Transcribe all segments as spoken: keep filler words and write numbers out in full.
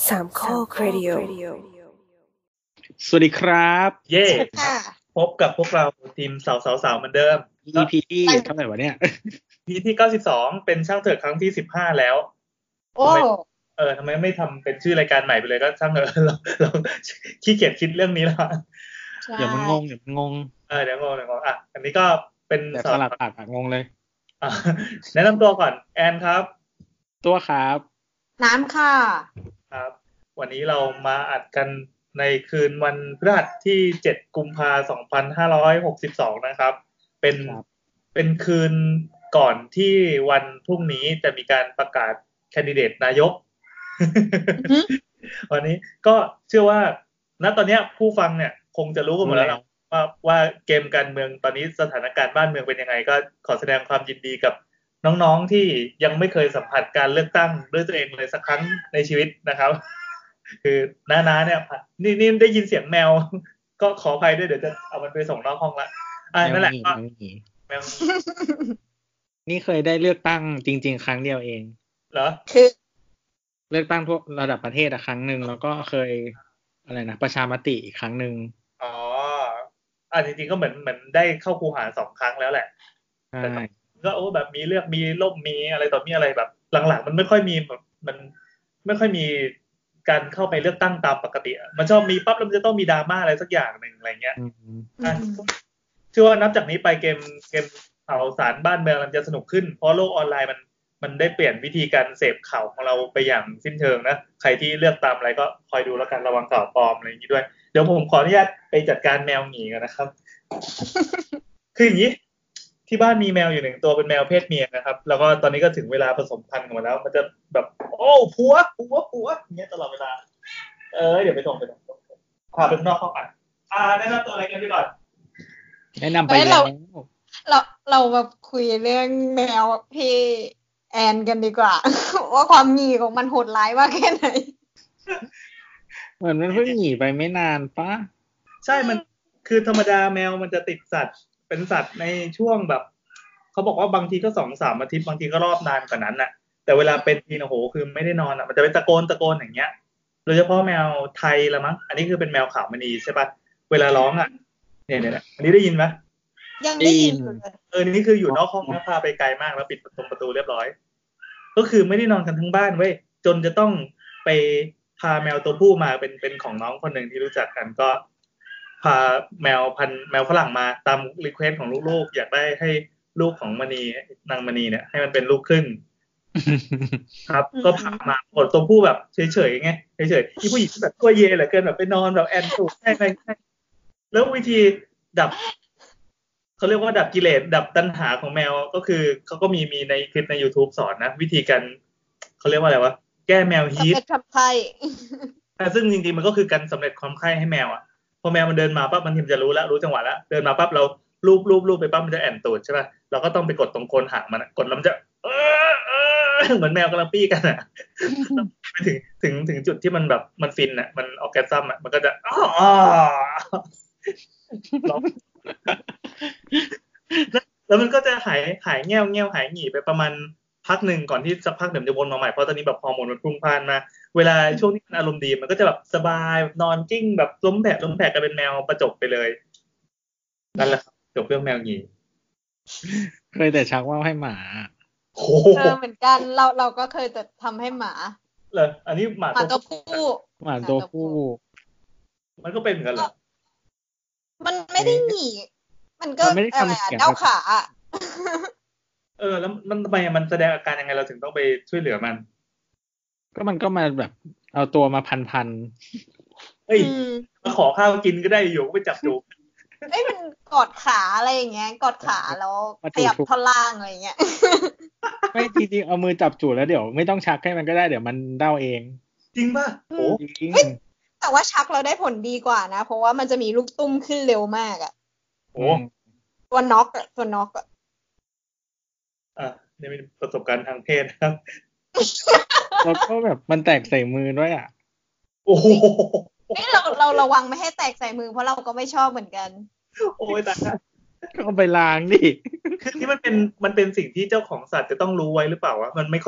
สามข้อครดิโอสวัสดีครับเย้พบกับพวกเราทีมสาวๆๆเหมือนเดิมอี พี ที่เท่าไหร่วะเนี่ยอี พี ที่เก้าสิบสองเป็นช่างเถอะครั้งที่สิบห้าแล้วโอ้เออทำไมไม่ทำเป็นชื่อรายการใหม่ไปเลยก็ช่างเถอะเราเราขี้เกียจคิดเรื่องนี้แล้วอย่ามันงงอย่ามันงงเออเดี๋ยวงงเดี๋ยวงงอ่ะอันนี้ก็เป็นแต่สลัดผักงงเลยอ่ะแนะนำตัวก่อนแอนครับตัวครับน้ำค่ะครับวันนี้เรามาอัดกันในคืนวันพฤหัสที่เจ็ดกุมภาพันธ์สองพันห้าร้อยหกสิบสองนะครับเป็นเป็นคืนก่อนที่วันพรุ่งนี้จะมีการประกาศแคนดิเดตนายก วันนี้ก็เชื่อว่าณตอนนี้ผู้ฟังเนี่ยคงจะรู้กันหมดแล้วว่าว่าเกมการเมืองตอนนี้สถานการณ์บ้านเมืองเป็นยังไงก็ขอแสดงความยินดีกับน้องๆที่ยังไม่เคยสัมผัสการเลือกตั้งด้วยตัวเองเลยสักครั้งในชีวิตนะครับคือน้าๆเนี่ยนี่นี่ได้ยินเสียงแมวก็ขออภัยด้วยเดี๋ยวจะเอามันไปส่งนอกห้องละอ่านั่นแหละก็แมวนี่เคยได้เลือกตั้งจริงๆครั้งเดียวเองเหรอคือเลือกตั้งทั่วระดับประเทศอะครั้งนึงแล้วก็เคยอะไรนะประชามติอีกครั้งนึงอ๋ออ่าจริงๆก็เหมือนเหมือนได้เข้าคูหาสองครั้งแล้วแหละแต่ก็โอ้แบบมีเลือกมีล่มมีอะไรต่อมีอะไรแบบหลังๆมันไม่ค่อยมีแบบมันไม่ค่อยมีการเข้าไปเลือกตั้งตามปกติมันชอบมีปั๊บแล้วมันจะต้องมีดราม่าอะไรสักอย่างนึงอะไรเงี้ยอ่ะเชื่อว่านับจากนี้ไปเกมเกมข่าวสารบ้านเมืองมันจะสนุกขึ้นเพราะโลกออนไลน์มันมันได้เปลี่ยนวิธีการเสพข่าวของเราไปอย่างสิ้นเชิงนะใครที่เลือกตามอะไรก็คอยดูแล้วกันระวังข่าวปลอมอะไรอย่างนี้ด้วยเดี๋ยวผมขออนุญาตไปจัดการแมวหงีกันนะครับ คืออย่างนี้ที่บ้านมีแมวอยู่หนึ่งตัวเป็นแมวเพศเมียนะครับแล้วก็ตอนนี้ก็ถึงเวลาผสมพันธุ์ของมันแล้วมันจะแบบโอ้ผัวผัวผัวอย่างเงี้ยตลอดเวลาเออเดี๋ยวไปส่งไปส่งพาไปข้างนอกห้องอ่ะอ่าแนะนำตัวอะไรกันดีก่อนแนะนำไปแล้วเราเราแบบคุยเรื่องแมวพี่แอนกันดีกว่า ว่าความหงีของมันโหดร้ายมากแค่ไหนเหมือนมันเพิ่งหนีไปไม่นานปะใช่มันคือธรรมดาแมวมันจะติดสัตว์เป็นสัตว์ในช่วงแบบเขาบอกว่าบางทีก็ สองถึงสาม อาทิตย์บางทีก็รอบนานกว่านั้นน่ะแต่เวลาเป็นทีโอ้โหคือไม่ได้นอนอ่ะมันจะเป็นตะโกนตะโกนอย่างเงี้ยโดยเฉพาะแมวไทยละมั้งอันนี้คือเป็นแมวขาวมณีใช่ป่ะเวลาร้องอ่ะเนี่ยเนี่ยอันนี้ได้ยินมั้ยยังได้ยินเออนี่คืออยู่นอกห้องนะพาไปไกลมากแล้วปิดประตูประตูเรียบร้อยก็คือไม่ได้นอนกันทั้งบ้านเว้ยจนจะต้องไปพาแมวตัวผู้มาเป็นเป็นของน้องคนนึงที่รู้จักกันก็พาแมวพันแมวฝรั่งมาตามรีเควสของลูกๆอยากได้ให้ลูกของมณีนางมณีเนี่ยให้มันเป็นลูกครึ่งครับก็พามากดตัวผู้แบบเฉยๆไงเฉยๆที่ผู้หญิงแบบตัวเย่เหลือเกินแบบไปนอนแบบแอนตูดให้ไปแล้ววิธีดับเขาเรียกว่าดับกิเลสดับตัณหาของแมวก็คือเขาก็มีมีในคลิปใน YouTube สอนนะวิธีการเขาเรียกว่าอะไรวะแก้แมวฮีทสำเร็จความไข้ซึ่งจริงๆมันก็คือการสำเร็จความไข้ให้แมวอ่ะพอแมวมันเดินมาปั๊บมันจะรู้แล้วรู้จังหวะแล้วเดินมาปั๊บเราลูบลูบลูบไปปั๊บมันจะแอนตูดใช่ป่ะเราก็ต้องไปกดตรงโคนหางมันกดแล้วมันจะเออเออเหมือนแมวกำลังปี้กันอ่ะไปถึงถึงถึงจุดที่มันแบบมันฟินอ่ะมันออร์แกซัมอ่ะมันก็จะอ๋อแล้วมันก็จะหายหายแง่วแง่วหายหงี่ไปประมาณพักหนึ่งก่อนที่สักพักเดี๋ยวมันจะวนมาใหม่เพราะตอนนี้แบบฮอร์โมนมันพุ่งพล่านมาเวลาช่วงที่มันอารมณ์ดีมันก็จะแบบสบายนอนจิ้งแบบล้มแผลล้มแผลกันเป็นแมวประจบไปเลยนั่นแหละครับจบเรื่องแมวหงี่เคยแต่ชักว่าวให้หมาโอ้เออเหมือนกันเราเราก็เคยแต่ทำให้หมาเหรออันนี้หมาตัวผู้หมาตัวผู้มันก็เป็นเหมือนกันเหรอมันไม่ได้หงี่มันก็อะไรอ่ะเด้าขาเออแล้วมันทำไมมันแสดงอาการยังไงเราถึงต้องไปช่วยเหลือมันก็มันก็มาแบบเอาตัวมาพันๆเฮ้ยมาขอข้าวกินก็ได้อยู่ก็ไปจับจูบเอ้ยมันกอดขาอะไรอย่างเงี้ยกอดขาแล้วขยับท่อนล่างอะไรอย่างเงี้ยไม่จริงๆเอามือจับจูบแล้วเดี๋ยวไม่ต้องชักให้มันก็ได้เดี๋ยวมันเด้าเองจริงป่ะโอ้จริงแต่ว่าชักเราได้ผลดีกว่านะเพราะว่ามันจะมีลูกตุ้มขึ้นเร็วมากอ่ะโอ้ตัวน็อกอ่ะตัวน็อกอ่ะอ่ะนี่เป็นประสบการณ์ทางเพศครับแล้วก็แบบมันแตกใส่มือด้วยอ่ะโอ้โหนี่เราเราระวังไม่ให้แตกใส่มือเพราะเราก็ไม่ชอบเหมือนกันโอ้ยตายก็ไปล้างดิคือที่มันเป็นมันเป็นสิ่งที่เจ้าของสัตว์จะต้องรู้ไว้หรือเปล่าวะมันไม่ค่อยมี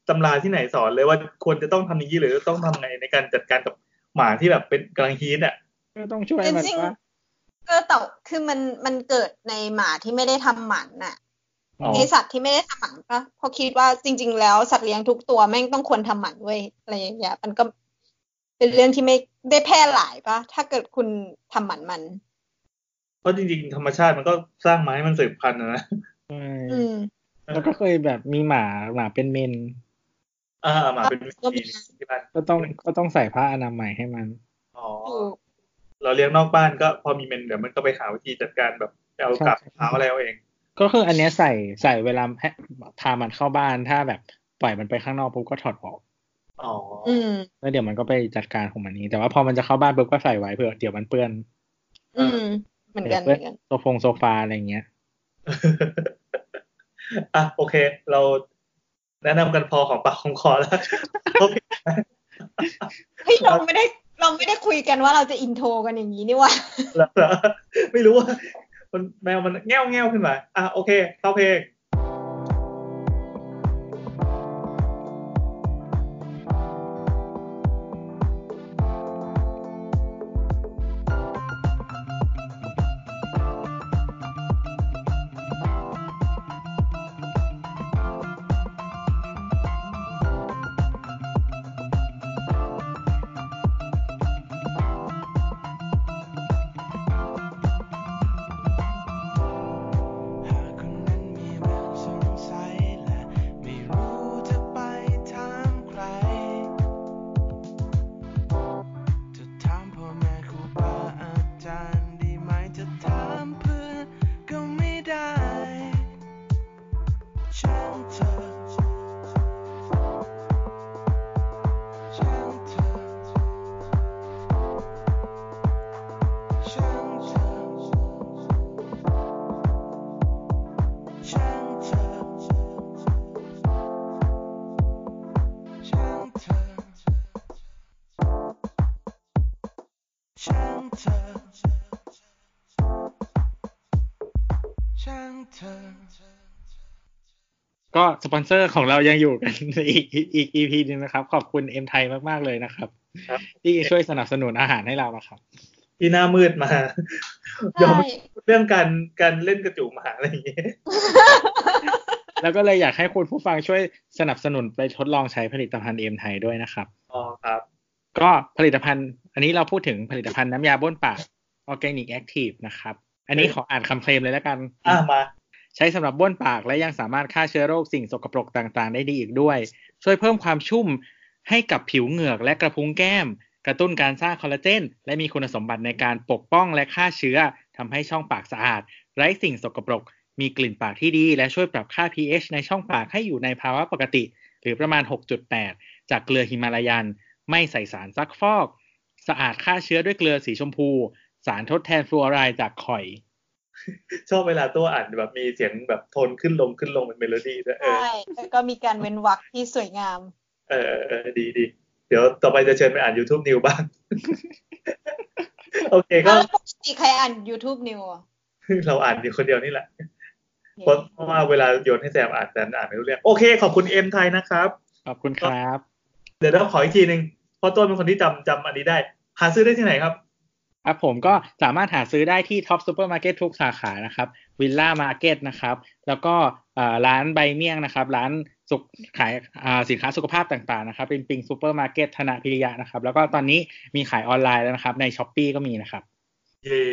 ตำราที่ไหนสอนเลยว่าควรจะต้องทำอย่างนี้หรือต้องทำไงในการจัดการกับหมาที่แบบเป็นกำลังฮีทอ่ะก็ต้องช่วยมันว่าก็แต่คือมันมันเกิดในหมาที่ไม่ได้ทำหมันน่ะในสัตว์ที่ไม่ได้ทำหมันก็เพราะคิดว่าจริงๆแล้วสัตว์เลี้ยงทุกตัวแม่งต้องควรทำหมันเว้ยอะไรอย่างเงี้ยมันก็เป็นเรื่องที่ไม่ได้แพร่หลายปะถ้าเกิดคุณทำหมันมันเพราะจริงๆธรรมชาติมันก็สร้างมาให้มันสืบพันธุ์นะใช่แล้วก็เคยแบบมีหมาหมาเป็นเมนอ่าหมาเป็นที่บ้านก็ต้องก็ต้องใส่ผ้าอนามัยให้มันอ๋อเราเลี้ยงนอกบ้านก็พอมีเมนเดี๋ยวมันก็ไปหาวิธีจัดการแบบเอากลับเท้าอะไรเอาเองก็คืออันนี้ใส่ใส่เวลาพามันเข้าบ้านถ้าแบบปล่อยมันไปข้างนอกปุ๊บก็ถอดออกอ๋อแล้วเดี๋ยวมันก็ไปจัดการของมันนี้แต่ว่าพอมันจะเข้าบ้านปุ๊บก็ใส่ไว้เผื่อเดี๋ยวมันเปื้อนอืมเหมือนกันเหมือนกันโซฟงโซฟาอะไรอย่างเงี้ยอ่ะโอเคเราแนะนำกันพอของปากของคอแล้วเฮ้ยเราไม่ได้เราไม่ได้คุยกันว่าเราจะอินโทรกันอย่างนี้นี่ว่าไม่รู้ว่ามันแมวมันแง่วแง่วขึ้นมาอ่ะโอเคเข้าเพลงก็สปอนเซอร์ของเรายังอยู่กันอีกอีก อี พี นึงนะครับขอบคุณเอ็มไทยมากๆเลยนะครับที่ช่วยสนับสนุนอาหารให้เรานะครับที่หน้ามืดมายอมเรื่องการการเล่นกระจุกหมาอะไรอย่างเงี้ยแล้วก็เลยอยากให้คุณผู้ฟังช่วยสนับสนุนไปทดลองใช้ผลิตภัณฑ์เอ็มไทยด้วยนะครับอ๋อครับก็ผลิตภัณฑ์อันนี้เราพูดถึงผลิตภัณฑ์น้ำยาบ้วนปากออร์แกนิกแอคทีฟนะครับอันนี้ขออ่านคำเคลมเลยแล้วกันอ่ะมาใช้สำหรับบ้วนปากและยังสามารถฆ่าเชื้อโรคสิ่งสกปรกต่างๆได้ดีอีกด้วยช่วยเพิ่มความชุ่มให้กับผิวเหงือกและกระพุ้งแก้มกระตุ้นการสร้างคอลลาเจนและมีคุณสมบัติในการปกป้องและฆ่าเชื้อทำให้ช่องปากสะอาดไร้สิ่งสกปรกมีกลิ่นปากที่ดีและช่วยปรับค่า pH ในช่องปากให้อยู่ในภาวะปกติหรือประมาณ หกจุดแปด จากเกลือหิมาลายันไม่ใส่สารซักฟอกสะอาดฆ่าเชื้อด้วยเกลือสีชมพูสารทดแทนฟลูออไรด์จากข่อยชอบเวลาตัวอ่านแบบมีเสียงแบบโทนขึ้นลงขึ้นลงเป็นเมโลดี้ด้วยใช่แล้วก็มีการเว้นวรรคที่สวยงามเออเออดีดีเดี๋ยวต่อไปจะเชิญไปอ่าน YouTube New บ้างโอเคก็แล้วปกติใครอ่าน YouTube New อ่ะเราอ่านอยู่คนเดียวนี่แหละเพราะว่าเวลาโยนให้แซมอ่านแต่อ่านไม่รู้เรื่องโอเคขอบคุณเอ็มไทยนะครับขอบคุณครับเดี๋ยวเราขออีกทีนึงเพราะต้นเป็นคนที่จำจำอันนี้ได้หาซื้อได้ที่ไหนครับครับผมก็สามารถหาซื้อได้ที่ท็อปซูเปอร์มาร์เก็ตทุกสาขานะครับวิลล่ามาร์เก็ตนะครับแล้วก็ร้านใบเมี่ยงนะครับร้านสุขขายสินค้าสุขภาพต่างๆนะครับเป็นปิงซูเปอร์มาร์เก็ตธนพิริยะนะครับแล้วก็ตอนนี้มีขายออนไลน์แล้วนะครับใน Shopee ก็มีนะครับเย้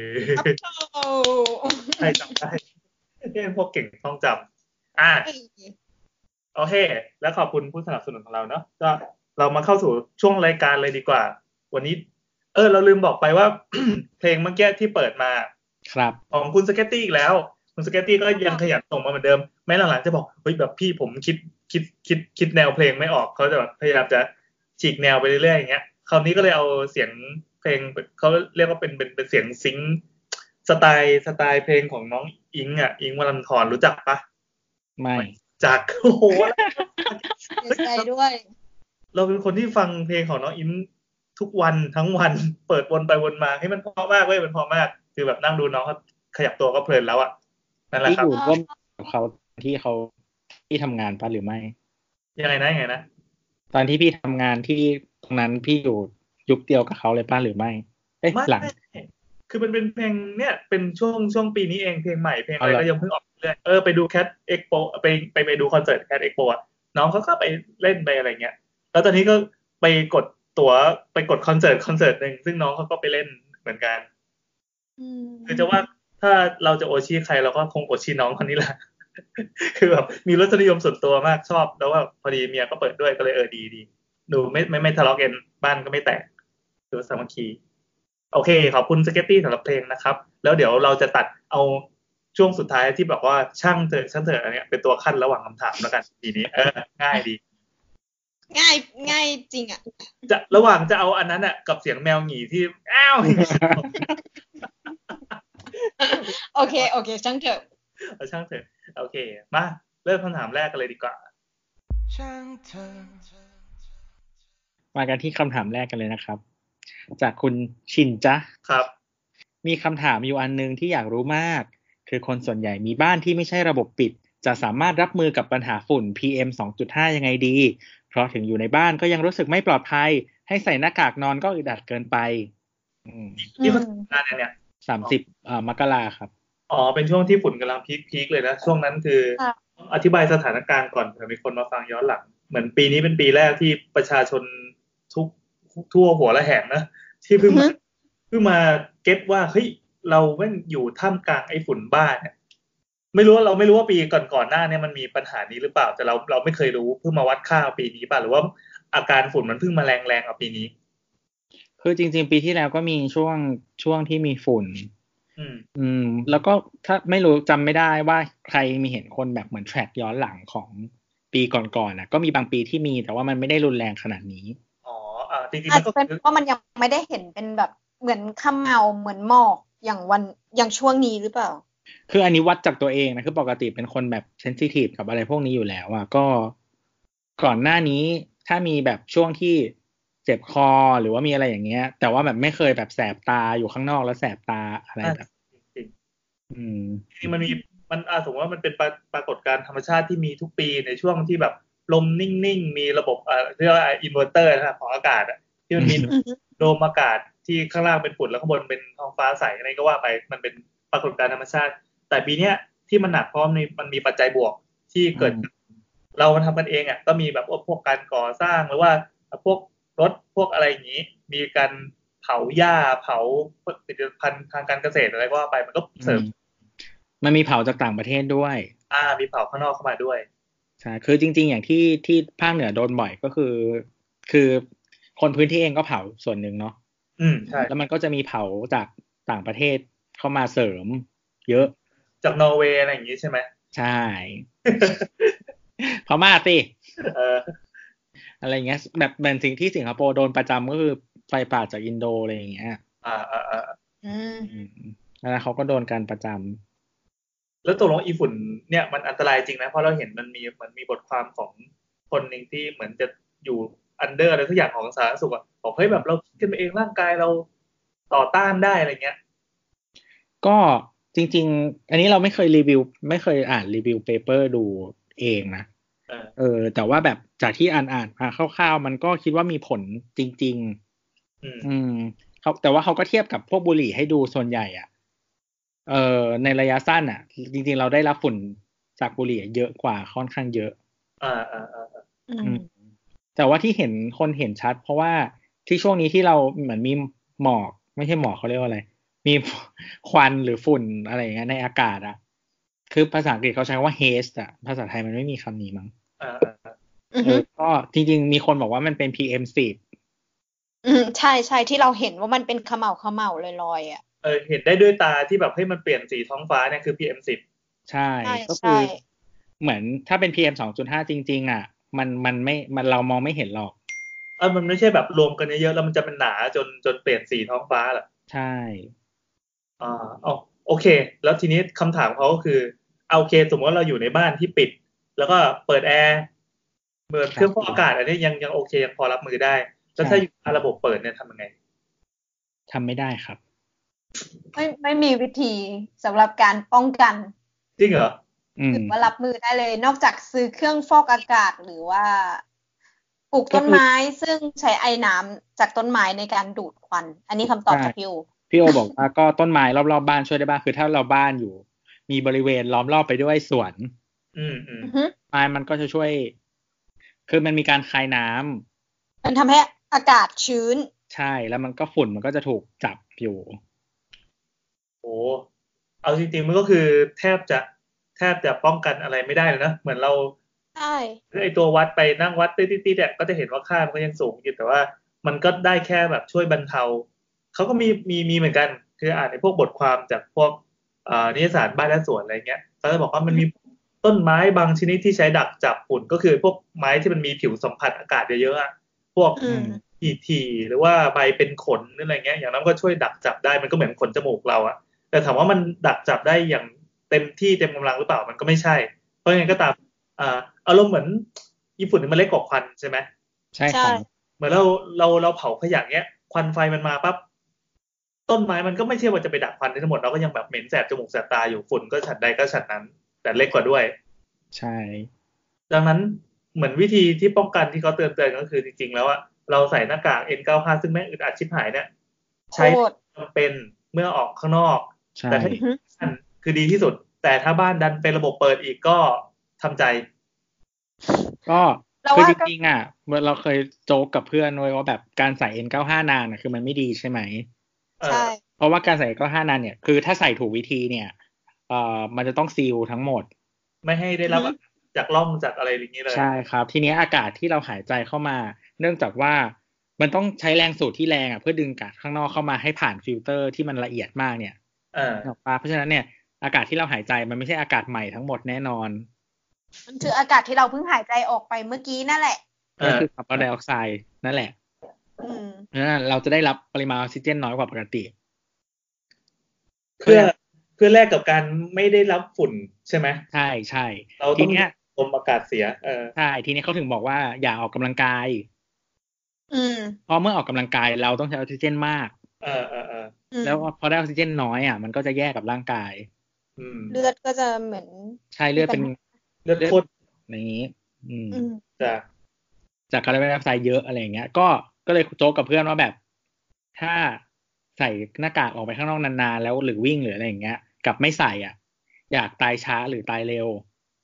ใช่จำได้เนี่ยพวกเก่งต้องจำอ่ะโอเคแล้วขอบคุณผู้สนับสนุนของเราเนาะก็เรามาเข้าสู่ช่วงรายการเลยดีกว่าวันนี้เออเราลืมบอกไปว่า เพลงเมื่อกี้ที่เปิดมาครับของคุณสเก็ตตี้อีกแล้วคุณสเก็ตตี้ก็ยังขยันส่งมาเหมือนเดิมแม้หลังๆจะบอกเฮ้ยแบบพี่ผมคิดคิดคิดคิดแนวเพลงไม่ออกเขาจะแบบพยายามจะฉีกแนวไปเรื่อยๆอย่างเงี้ยคราวนี้ก็เลยเอาเสียงเพลงเขาเรียกว่าเป็นเป็นเป็นเสียงซิงค์สไตล์สไตล์เพลงของน้องอิงอ่ะอิงวรันธรรู้จักปะไม่จักโอ้โหเสียใจด้วยเราเป็นคนที่ฟังเพลงของน้องอิงทุกวันทั้งวันเปิดวนไปวนมาให้มันเพราะมากเว้ยมันเพราะมากคือแบบนั่งดูน้องเขาขยับตัวก็เพลินแล้วอ่ะนั่นแหละครับที่อยู่ร่วมกับเขาที่เขาที่ทำงานปะหรือไม่ยังไงนะยังไงนะตอนที่พี่ทำงานที่ตรงนั้นพี่อยู่ยุคเดียวกับเขาเลยป่ะหรือไม่เอ๊ะหลังคือมันเป็นเพลงเนี่ยเป็นช่วงช่วงปีนี้เองเพลงใหม่เพลงอะไรก็ยังเพิ่งออกเรื่อยเออไปดู Cat Expo ไปไปไปดูคอนเสิร์ต Cat Expo อ่ะน้องเขาก็ไปเล่นไปอะไรเงี้ยแล้วตอนนี้ก็ไปกดตั๋วไปกดคอนเสิร์ตคอนเสิร์ตนึงซึ่งน้องเขาก็ไปเล่นเหมือนกันคือจะว่าถ้าเราจะโอชิใครเราก็คงโอชิน้องคนนี้แหละคือแบบมีรสนิยมส่วนตัวมากชอบแล้วว่าพอดีเมียก็เปิดด้วยก็เลยเออดีดีดูไม่ไม่ไม่ทะเลาะกันบ้านก็ไม่แตกดูสามัคคีโอเคขอบคุณสเก็ตตี้สำหรับเพลงนะครับแล้วเดี๋ยวเราจะตัดเอาช่วงสุดท้ายที่บอกว่าช่างเถอะช่างเถอะอันเนี้ยเป็นตัวขั้นระหว่างคำถามแล้วกันทีนี้เออง่ายดีง่ายง่ายจริงอ่ะจะระหว่างจะเอาอันนั้นอ่ะกับเสียงแมวหงีที่อ้าวโอเคโอเคช่างเถอะเอาช่างเถอะโอเคมาเริ่มคำถามแรกกันเลยดีกว่าช่างเถอะมากันที่คำถามแรกกันเลยนะครับจากคุณชินจ๊ะครับมีคำถามอยู่อันนึงที่อยากรู้มากคือคนส่วนใหญ่มีบ้านที่ไม่ใช่ระบบปิดจะสามารถรับมือกับปัญหาฝุ่น พี เอ็ม สองจุดห้า ยังไงดีเพราะถึงอยู่ในบ้านก็ยังรู้สึกไม่ปลอดภัยให้ใส่หน้ากากนอนก็อึดอัดเกินไปนี่มันนานเนี่ยสามสิบอ่ามกราครับอ๋อเป็นช่วงที่ฝุ่นกำลังพีคๆเลยนะช่วงนั้นคืออธิบายสถานการณ์ก่อนเผื่อมีคนมาฟังย้อนหลังเหมือนปีนี้เป็นปีแรกที่ประชาชนทุกทั่วหัวละแหงนะที่เพิ่งมาเพิ่งมาเก็ตว่าเฮ้ยเราแม่งอยู่ท่ามกลางไอ้ฝุ่นบ้าเนี่ยไม่รู้ว่าเราไม่รู้ว่าปีก่อนๆหน้าเนี่ยมันมีปัญหานี้หรือเปล่าแต่เราเราไม่เคยรู้เพิ่งมาวัดค่าปีนี้ป่ะหรือว่าอาการฝุ่นมันเพิ่งมาแรงๆเอาปีนี้คือจริงๆปีที่แล้วก็มีช่วงช่วงที่มีฝุ่นอืมอืมแล้วก็ถ้าไม่รู้จำไม่ได้ว่าใครมีเห็นคนแบบเหมือนแทร็กย้อนหลังของปีก่อนๆน่ะก็มีบางปีที่มีแต่ว่ามันไม่ได้รุนแรงขนาดนี้อ๋ออ่าจริงๆมันก็เป็นเพราะมันยังไม่ได้เห็นเป็นแบบเหมือนขมเงาเหมือนหมอกอย่างวันอย่างช่วงนี้หรือเปล่าคืออันนี้วัดจากตัวเองนะคือปกติเป็นคนแบบเซนซิทีฟกับอะไรพวกนี้อยู่แล้วอ่ะก็ก่อนหน้านี้ถ้ามีแบบช่วงที่เจ็บคอหรือว่ามีอะไรอย่างเงี้ยแต่ว่าแบบไม่เคยแบบแสบตาอยู่ข้างนอกแล้วแสบตาอะไรแบบจริงอืมจริงมันมีมันอาสมมติว่ามันเป็นปรปรากฏการณ์ธรรมชาติที่มีทุกปีในช่วงที่แบบลมนิ่งๆมีระบบเอ่อเรียกว่าอินเวอร์เตอร์นะของอากาศอ่ะที่มันมีโดมอากาศที่ข้างล่างเป็นฝุ่นแล้วข้างบนเป็นท้องฟ้าใสอะไรก็ว่าไปมันเป็นปรากฏการณ์ธรรมชาติแต่ปีเนี้ยที่มันหนักเพราะมันมีปัจจัยบวกที่เกิดเราทำกันเองอ่ะก็มีแบบพวกการก่อสร้างหรือว่าพวกรถพวกอะไรอย่างนี้มีการเผาหญ้าเผาผลิตภัณฑ์ทางการเกษตรอะไรก็ว่าไปมันก็เสริมมันมีเผาจากต่างประเทศด้วยอ่ามีเผาข้างนอกเข้ามาด้วยใช่คือจริงๆอย่างที่ที่ภาคเหนือโดนบ่อยก็คือคือคนพื้นที่เองก็เผาส่วนหนึ่งเนาะอืมใช่แล้วมันก็จะมีเผาจากต่างประเทศเข้ามาเสริมเยอะจากนอร์เวย์อะไรอย่างนี้ใช่ไหมใช่พม่าสิเอออะไรเงี้ยแบบเป็นสิ่งที่สิงคโปร์โดนประจำก็คือไฟป่าจากอินโดอะไรอย่างเงี้ยอ่าอ่าอ่าอืมแล้วเขาก็โดนการประจำแล้วตกลงอีฝุ่นเนี่ยมันอันตรายจริงนะเพราะเราเห็นมันมีเหมือนมีบทความของคนหนึ่งที่เหมือนจะอยู่อันเดอร์อะไรทุกอย่างของสาธารณสุขอ่ะบอกเฮ้ยแบบเราคิดกันเองร่างกายเราต่อต้านได้อะไรเงี้ยก็จริงๆอันนี้เราไม่เคยรีวิวไม่เคยอ่านรีวิวเปเปอร์ดูเองนะเออแต่ว่าแบบจากที่อ่านอ่านมาคร่าวๆมันก็คิดว่ามีผลจริงๆอืมเขาแต่ว่าเขาก็เทียบกับพวกบุหรี่ให้ดูส่วนใหญ่อ่ะเออในระยะสั้นอ่ะจริงๆเราได้รับฝุ่นจากบุหรี่เยอะกว่าค่อนข้างเยอะอ่าอ่าอ่าอืมแต่ว่าที่เห็นคนเห็นชัดเพราะว่าที่ช่วงนี้ที่เราเหมือนมีหมอกไม่ใช่หมอกเขาเรียกว่าอะไรมีควันหรือฝุ่นอะไรอย่างเงี้ยในอากาศอ่ะคือภาษาอังกฤษเขาใช้ว่า haze อ่ะภาษาไทยมันไม่มีคำนี้มั้งอ่าเออก็จริงๆมีคนบอกว่ามันเป็น พี เอ็ม สิบอืมใช่ใช่ที่เราเห็นว่ามันเป็นขม่าขม่าลอยๆอ่ะเออเห็นได้ด้วยตาที่แบบให้มันเปลี่ยนสีท้องฟ้าเนี่ยคือ พี เอ็ม สิบใช่ก็คือเหมือนถ้าเป็น พี เอ็ม สองจุดห้า จริงๆอ่ะมันมันไม่มันเรามองไม่เห็นหรอกเออมันไม่ใช่แบบรวมกันเยอะๆแล้วมันจะเป็นหนาจนจนเปลี่ยนสีท้องฟ้าหรอใช่อ่าอ๋อโอเคแล้วทีนี้คำถามเขาก็คือเอาโอเคสมมติว่าเราอยู่ในบ้านที่ปิดแล้วก็เปิดแอร์เปิดเครื่องฟอกอากาศอันนี้ยังยังโอเคยังพอรับมือได้แล้วถ้าอยู่ระบบเปิดเนี่ยทำยังไงทำไม่ได้ครับไม่ไม่มีวิธีสำหรับการป้องกันจริงเหรอถือว่ารับมือได้เลยนอกจากซื้อเครื่องฟอกอากาศหรือว่าปลูกต้นไม้ซึ่งใช้ไอ้น้ำจากต้นไม้ในการดูดควันอันนี้คำตอบจากพี่โอพี่โอบอกว่าก็ต้นไม้รอบๆบ้านช่วยได้บ้างคือถ้าเราบ้านอยู่มีบริเวณล้อมรอบไปด้วยสวนอืมอืมไม้มันก็จะช่วยคือมันมีการคายน้ำมันทำให้อากาศชื้นใช่แล้วมันก็ฝุ่นมันก็จะถูกจับอยู่โอ้เอาจริงๆมันก็คือแทบจะแทบจะป้องกันอะไรไม่ได้เลยนะเหมือนเราใช่ไอตัววัดไปนั่งวัดติ๊ดๆเนี่ยก็จะเห็นว่าค่ามันก็ยังสูงอยู่แต่ว่ามันก็ได้แค่แบบช่วยบรรเทาเขาก็มีมีมีเหมือนกันคืออ่านในพวกบทความจากพวกอ่านิตยสารบ้านและสวนอะไรเงี้ยเขาจะบอกว่ามันมีต้นไม้บางชนิดที่ใช้ดักจับฝุ่นก็คือพวกไม้ที่มันมีผิวสัมผัสอากาศเยอะๆพวกถี่ๆหรือว่าใบเป็นขนหรืออะไรเงี้ยอย่างนั้นก็ช่วยดักจับได้มันก็เหมือนขนจมูกเราอะแต่ถามว่ามันดักจับได้อย่างเต็มที่เต็มกำลังหรือเปล่ามันก็ไม่ใช่เพราะงั้นก็ตามอ่าอารมณ์เหมือนญี่ปุ่นมันเล็กกว่าควันใช่ไหมใช่ครับเหมือนเราเราเราเผาขยะเงี้ยควันไฟมันมาปั๊บต้นไม้มันก็ไม่ใช่ว่าจะไปดักควันทั้งหมดเราก็ยังแบบเหม็นแสบจมูกแสบตาอยู่ฝุ่นก็ฉันใดก็ฉันนั้นแต่เล็กกว่าด้วยใช่ดังนั้นเหมือนวิธีที่ป้องกันที่เขาเตือนเตือนก็คือจริงๆแล้วอะเราใส่หน้ากาก เอ็น เก้าสิบห้า ซึ่งแม่งอึดอัดชิบหายเนี่ยใช้จำเป็นเมื่อออกข้างนอกแต่ถ้าบ้านคือดีที่สุดแต่ถ้าบ้านดันเป็นระบบเปิดอีกก็ทำใจก็คือจริงๆอ่ะเมื่อเราเคยโจ๊กกับเพื่อนไว้ว่าแบบการใส่ เอ็น เก้าสิบห้า นานอ่ะคือมันไม่ดีใช่ไหมใช่เพราะว่าการใส่ เอ็น เก้าสิบห้า นานเนี่ยคือถ้าใส่ถูกวิธีเนี่ยเอ่อมันจะต้องซีลทั้งหมดไม่ให้ได้รับจากร่องจากอะไรอย่างนี้เลยใช่ครับทีนี้อากาศที่เราหายใจเข้ามาเนื่องจากว่ามันต้องใช้แรงสูดที่แรงอ่ะเพื่อดึงอากาศข้างนอกเข้ามาให้ผ่านฟิลเตอร์ที่มันละเอียดมากเนี่ยเพราะฉะนั้นเนี่ยอากาศที่เราหายใจมันไม่ใช่อากาศใหม่ทั้งหมดแน่นอนมันคืออากาศที่เราเพิ่งหายใจออกไปเมื่อกี้นั่นแหละก็คือคาร์บอนไดออกไซด์นั่นแหละเพราะฉะนั้นเราจะได้รับปริมาณออกซิเจนน้อยกว่าปกติเพื่อเพื่อแลกกับการไม่ได้รับฝุ่นใช่ไหมใช่ใช่เราต้องลมอากาศเสียเออใช่ทีนี้เขาถึงบอกว่าอย่าออกกำลังกายอืมเพราะเมื่อออกกำลังกายเราต้องใช้ออกซิเจนมากเออเออเออแล้วพอได้ออกซิเจนน้อยอ่ะมันก็จะแยกกับร่างกายเลือดก็จะเหมือนใช่เลือดเป็นเลือดข้นอย่างนี้อืมจากจากคาร์บอนไดออกไซด์เยอะอะไรอย่างเงี้ยก็ก็เลยโจ๊กกับเพื่อนว่าแบบถ้าใส่หน้ากากออกไปข้างนอกนานๆแล้วหรือวิ่งหรืออะไรอย่างเงี้ยกับไม่ใส่อ่ะอยากตายช้าหรือตายเร็ว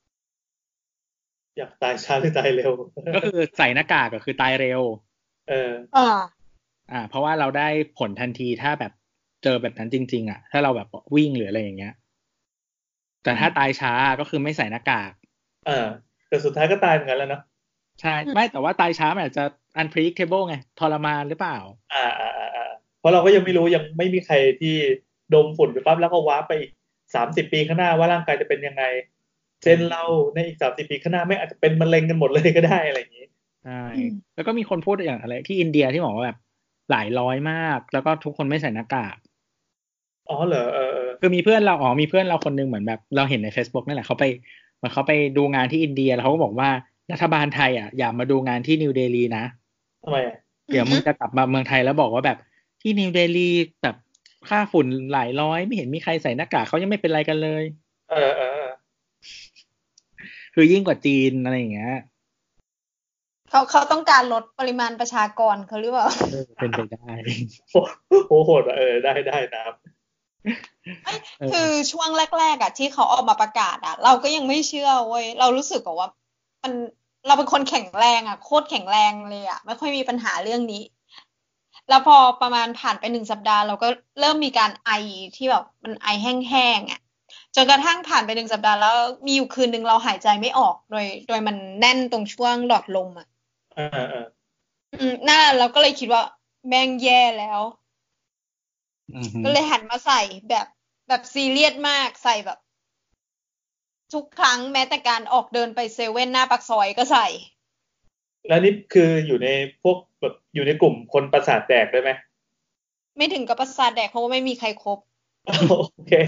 อยากตายช้าหรือตายเร็วก็คือใส่หน้ากากก็คือตายเร็วเอออ่าอ่าเพราะว่าเราได้ผลทันทีถ้าแบบเจอแบบนั้นจริงๆอ่ะถ้าเราแบบวิ่งหรืออะไรอย่างเงี้ยแต่ถ้าตายช้าก็คือไม่ใส่หน้ากากเออแต่สุดท้ายก็ตายเหมือนกันแล้วเนาะใช่ไม่แต่ว่าตายช้ามันอาจจะ unpredictable ไงทรมานหรือเปล่าอ่าอ่าอ่าเพราะเราก็ยังไม่รู้ยังไม่มีใครที่ดมฝุ่นไปปั๊บแล้วก็ว้าไปอีกสามสิบปีข้างหน้าว่าร่างกายจะเป็นยังไงเจนเราในอีกสามสิบปีข้างหน้าไม่อาจจะเป็นมะเร็งกันหมดเลยก็ได้อะไรอย่างนี้ใช่แล้วก็มีคนพูดอย่างอะไรที่อินเดียที่บอกว่าแบบหลายร้อยมากแล้วก็ทุกคนไม่ใส่หน้ากากอ๋อเหรอเออคือมีเพื่อนเราอ๋อมีเพื่อนเราคนนึงเหมือนแบบเราเห็นใน Facebook นั่นแหละเขาไปเหมือนเขาไปดูงานที่อินเดียแล้วเขาก็บอกว่ารัฐบาลไทยอ่ะอย่ามาดูงานที่นิวเดลีนะทำไมอ่ะเดี๋ยวมึงจะกลับมาเมืองไทยแล้วบอกว่าแบบที่นิวเดลีแบบค่าฝุ่นหลายร้อยไม่เห็นมีใครใส่หน้ากากเขายังไม่เป็นไรกันเลยเออเออคือยิ่งกว่าจีนอะไรอย่างเงี้ยเขาเขาต้องการลดปริมาณประชากรเขาหรือเปล่าเป็นไปได้โอ้โหดเออได้ได้นะครับคือช่วงแรกๆอ่ะที่เขาออกมาประกาศอ่ะเราก็ยังไม่เชื่อเว้ยเรารู้สึกว่ามันเราเป็นคนแข็งแรงอ่ะโคตรแข็งแรงเลยอ่ะไม่ค่อยมีปัญหาเรื่องนี้แล้วพอประมาณผ่านไปหนึ่งสัปดาห์เราก็เริ่มมีการไอที่แบบมันไอแห้งๆอ่ะจนกระทั่งผ่านไปหนึ่งสัปดาห์แล้วมีอยู่คืนนึงเราหายใจไม่ออกโดยโดยมันแน่นตรงช่วงหลอดลมอ่ะอ่าอ่าอืมน่าเราก็เลยคิดว่าแม่งแย่แล้วก็เลยหันมาใส่แบบแบบซีเรียสมากใส่แบบทุกครั้งแม้แต่การออกเดินไปเซเว่นหน้าปากซอยก็ใส่แล้วนี่คืออยู่ในพวกแบบอยู่ในกลุ่มคนประสาทแดกได้ไหมไม่ถึงกับประสาทแดกเพราะว่าไม่มีใครครบโอเค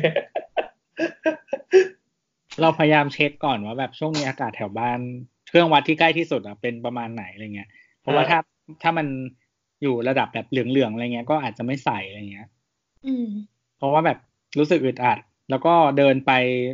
เราพยายามเช็คก่อนว่าแบบช่วงนี้อากาศแถวบ้านเครื่องวัดที่ใกล้ที่สุดอ่ะเป็นประมาณไหนอะไรเงี้ยเพราะว่าถ้าถ้ามันอยู่ระดับแบบเหลืองๆอะไรเงี้ยก็อาจจะไม่ใส่อะไรเงี้ยอืมเพราะว่าแบบรู้สึกอึดอัดแล้วก็เดินไป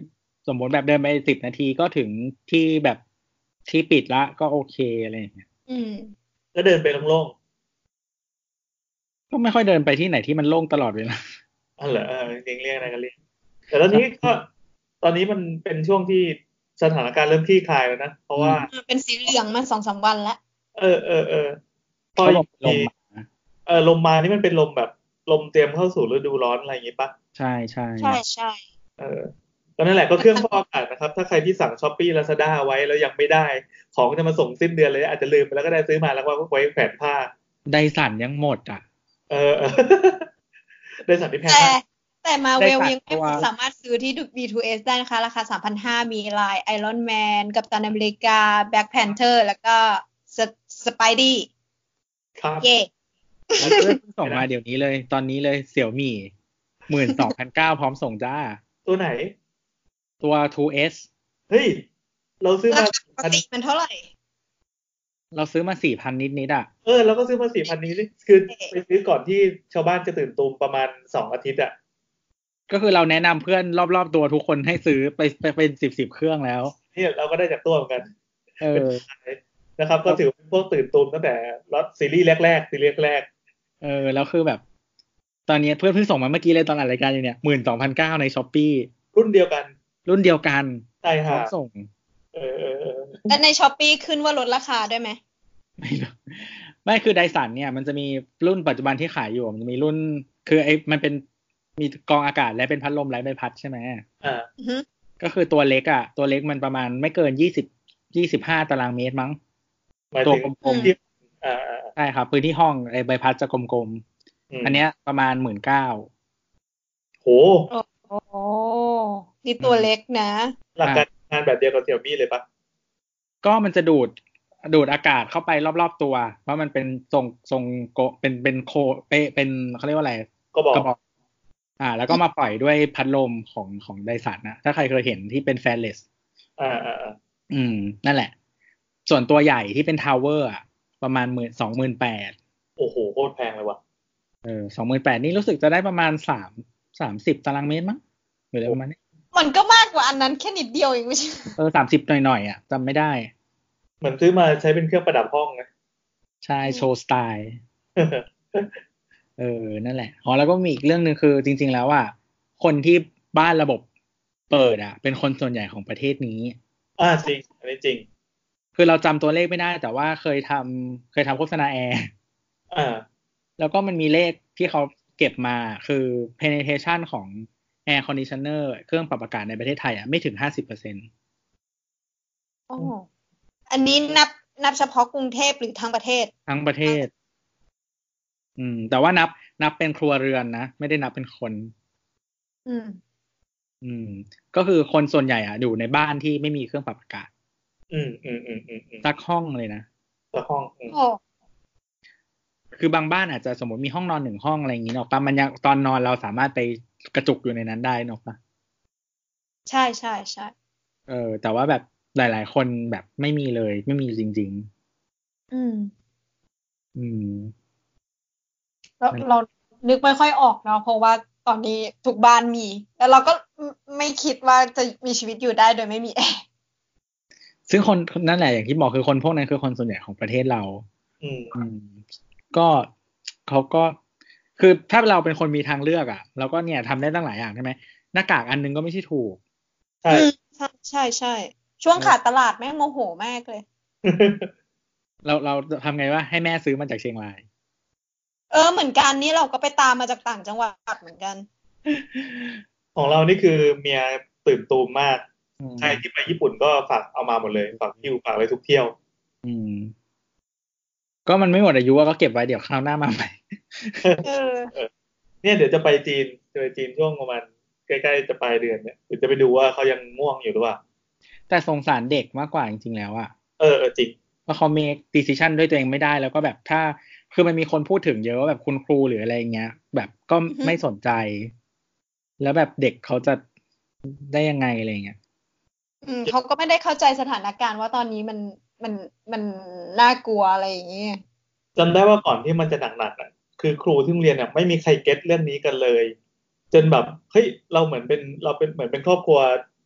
สมมติแบบเดินไปสิบนาทีก็ถึงที่แบบที่ปิดละก็โอเคอะไรอย่างเงี้ยอืมก็เดินไปโล่งๆก็ไม่ค่อยเดินไปที่ไหนที่มันโล่งตลอดเวลาๆอ๋อเหรอเออจริงๆเรียกอะไรก็เรียกแต่ตอนนี้ก็ตอนนี้มันเป็นช่วงที่สถานการณ์เริ่มคลี่คลายแล้วนะเพราะว่าเป็นสีเหลืองมาสองสามวันแล้วเออเออเออพอเขาบอกลมีมมาเออลมมานี่มันเป็นลมแบบลมเตรียมเข้าสู่ฤดูร้อนอะไรอย่างงี้ปะใช่ใช่ใช่ใช่เออก็นั่นแหละก็เครื่องฟอกอากาศนะครับถ้าใครที่สั่ง Shopee Lazada ไว้แล้วยังไม่ได้ของจะมาส่งสิ้นเดือนเลยอาจจะลืมไปแล้วก็ได้ซื้อมาแล้วก็ไว้แขวนผ้าไดสันยังหมดอ่ะเออเออได้สั่งที่แพงแต่มากแต่มาเวลยังได้ไม่ค่ะสามารถซื้อที่ บี ทู เอส ได้นะคะราคา สามพันห้าร้อย มีลาย Iron Man กัปตันอเมริกา Black Panther แล้วก็สไปดี้ครับเย่แล้วเพิ่งส่งมาเดี๋ยวนี้เลย ตอนนี้เลยเสี่ยวมี่หมื่นสองพันเก้าพร้อมส่งจ้าตัวไหนตัว ทู เอสเฮ้ยเราซื้อรามาคาปกติมันเท่าไหร่เราซื้อมาสี่พันนิดนิดอ่ะเออเราก็ซื้อมาสี่พันนี้คือไปซื้อก่อนที่ชาวบ้านจะตื่นตูมประมาณสองอาทิตย์อ่ะก็คือเราแนะนำเพื่อนรอบๆตัวทุกคนให้ซื้อไปไปเป็นสิบสิบเครื่องแล้วนี่เราก็ได้จากตัวเหมือนกันเออนะครับก็ถือเป็นพวกตื่นตูมตั้งแต่รถซีรีส์แรกๆซีรีส์แรกเออแล้วคือแบบ ตอนนี้เพื่อนเพิ่งส่งมาเมื่อกี้เลยตอนอ่านรายการอยู่เนี่ยหมื่นสองพันเก้าใน Shopee รุ่นเดียวกันรุ่นเดียวกันใช่พร้อค่ะมส่งเออเออเออและใน Shopee ขึ้นว่าลดราคาด้วยไหมไม่รู้ไม่คือไดสันเนี่ยมันจะมีรุ่นปัจจุบันที่ขายอยู่มันจะมีรุ่นคือไอ้มันเป็นมีกรองอากาศและเป็นพัดลมไร้ใบพัดใช่ไหมอ่าก็คือตัวเล็กอ่ะตัวเล็กมันประมาณไม่เกินยี่สิบยี่สิบห้าตารางเมตรมั้งตัวกลมๆอ่าใช่ครับพื้นที่ห้องไอ้ใบพัดจะกลมๆอันเนี้ยประมาณหมื่นเก้าโหโอ้โหนี่ตัวเล็กนะหลักการงานแบบเดียวกับเสี่ยมี่เลยปะก็มันจะดูดดูดอากาศเข้าไปรอบๆตัวเพราะมันเป็นทรงทรงโกเป็นเป็นโคเปเป็นเขาเรียกว่าอะไรก็บอกอ่าแล้วก็มาปล่อยด้วยพัดลมของของไดสันนะถ้าใครเคยเห็นที่เป็นแฟนเลสอ่าอ่าอืมนั่นแหละส่วนตัวใหญ่ที่เป็นทาวเวอร์อ่ะประมาณหมื่นสองหมื่นแปดโอ้โหโคตรแพงเลยว่ะเออสองหมื่นแปดนี่รู้สึกจะได้ประมาณสามสามสิบตารางเมตรมั้งหรืออะไรประมาณนี้มันก็มากกว่าอันนั้นแค่นิดเดียวเองไม่ใช่เออสามสิบหน่อยๆอ่ะจำไม่ได้เหมือนซื้อมาใช้เป็นเครื่องประดับห้องนะใช่โชว์สไตล์เออนั่นแหละอ๋อแล้วก็มีอีกเรื่องนึงคือจริงๆแล้วอ่ะคนที่บ้านระบบเปิดอ่ะเป็นคนส่วนใหญ่ของประเทศนี้อ่าจริงอันนี้จริงคือเราจำตัวเลขไม่ได้แต่ว่าเคยทำเคยทำโฆษณาแอร์อ่าแล้วก็มันมีเลขที่เขาเก็บมาคือ penetration ของ air conditioner เครื่องปรับอากาศในประเทศไทยอ่ะไม่ถึง ห้าสิบเปอร์เซ็นต์โอ้อันนี้นับนับเฉพาะกรุงเทพหรือทั้งประเทศทั้งประเทศอืมแต่ว่านับนับเป็นครัวเรือนนะไม่ได้นับเป็นคนอืมอืมก็คือคนส่วนใหญ่อ่ะอยู่ในบ้านที่ไม่มีเครื่องปรับอากาศอืมอืมอืมอืมสักห้องเลยนะสักห้องโอ้คือบางบ้านอาจจะสมมติมีห้องนอนหนึ่งห้องอะไรอย่างนี้เนาะปะมันยังตอนนอนเราสามารถไปกระจุกอยู่ในนั้นได้เนาะปะใช่ใช่ใช่เออแต่ว่าแบบหลายๆคนแบบไม่มีเลยไม่มีจริงๆอืมอืมเราเรานึกไม่ค่อยออกเนาะเพราะว่าตอนนี้ทุกบ้านมีแล้วเราก็ไม่คิดว่าจะมีชีวิตอยู่ได้โดยไม่มีแอร์ซึ่งคนนั่นแหละอย่างที่บอกคือคนพวกนั้นคือคนส่วนใหญ่ของประเทศเราอืมอืมก็เขาก็คือถ้าเราเป็นคนมีทางเลือกอ่ะเราก็เนี่ยทำได้ตั้งหลายอย่างใช่ไหมหน้ากากอันนึงก็ไม่ใช่ถูกใช่ใช่ใช่ใช่ช่วงขาดตลาดแม่งโมโหมากเลยเราเราทำไงว่าให้แม่ซื้อมาจากเชียงรายเออเหมือนกันนี่เราก็ไปตามมาจากต่างจังหวัดเหมือนกันของเรานี่คือเมียตื่นตูมมากใครที่ไปญี่ปุ่นก็ฝากเอามาหมดเลยฝากหิ้วฝากไว้ทุกเที่ยวอืมก็มันไม่หมดอายุก็เก็บไว้เดี๋ยวคราวหน้ามาใหม่เออเนี่ยเดี๋ยวจะไปจีนจะไปจีนช่วงประมาณใกล้ๆจะปลายเดือนเนี่ยเดี๋ยวจะไปดูว่าเขายังง่วงอยู่หรือเปล่าแต่สงสารเด็กมากกว่าจริงๆแล้วอ่ะเออเออจริงเพราะเขา make decision ด้วยตัวเองไม่ได้แล้วก็แบบถ้าคือมันมีคนพูดถึงเยอะว่าแบบคุณครูหรืออะไรเงี้ยแบบก็ไม่สนใจแล้วแบบเด็กเขาจะได้ยังไงอะไรเงี้ยอืมเขาก็ไม่ได้เข้าใจสถานการณ์ว่าตอนนี้มันมันมันน่ากลัวอะไรอย่างเงี้ยจำได้ว่าก่อนที่มันจะหนักๆอ่ะคือครูที่โรงเรียนเนี่ยไม่มีใครเก็ตเรื่องนี้กันเลยจนแบบเฮ้ยเราเหมือนเป็นเราเป็นเหมือนเป็นครอบครัว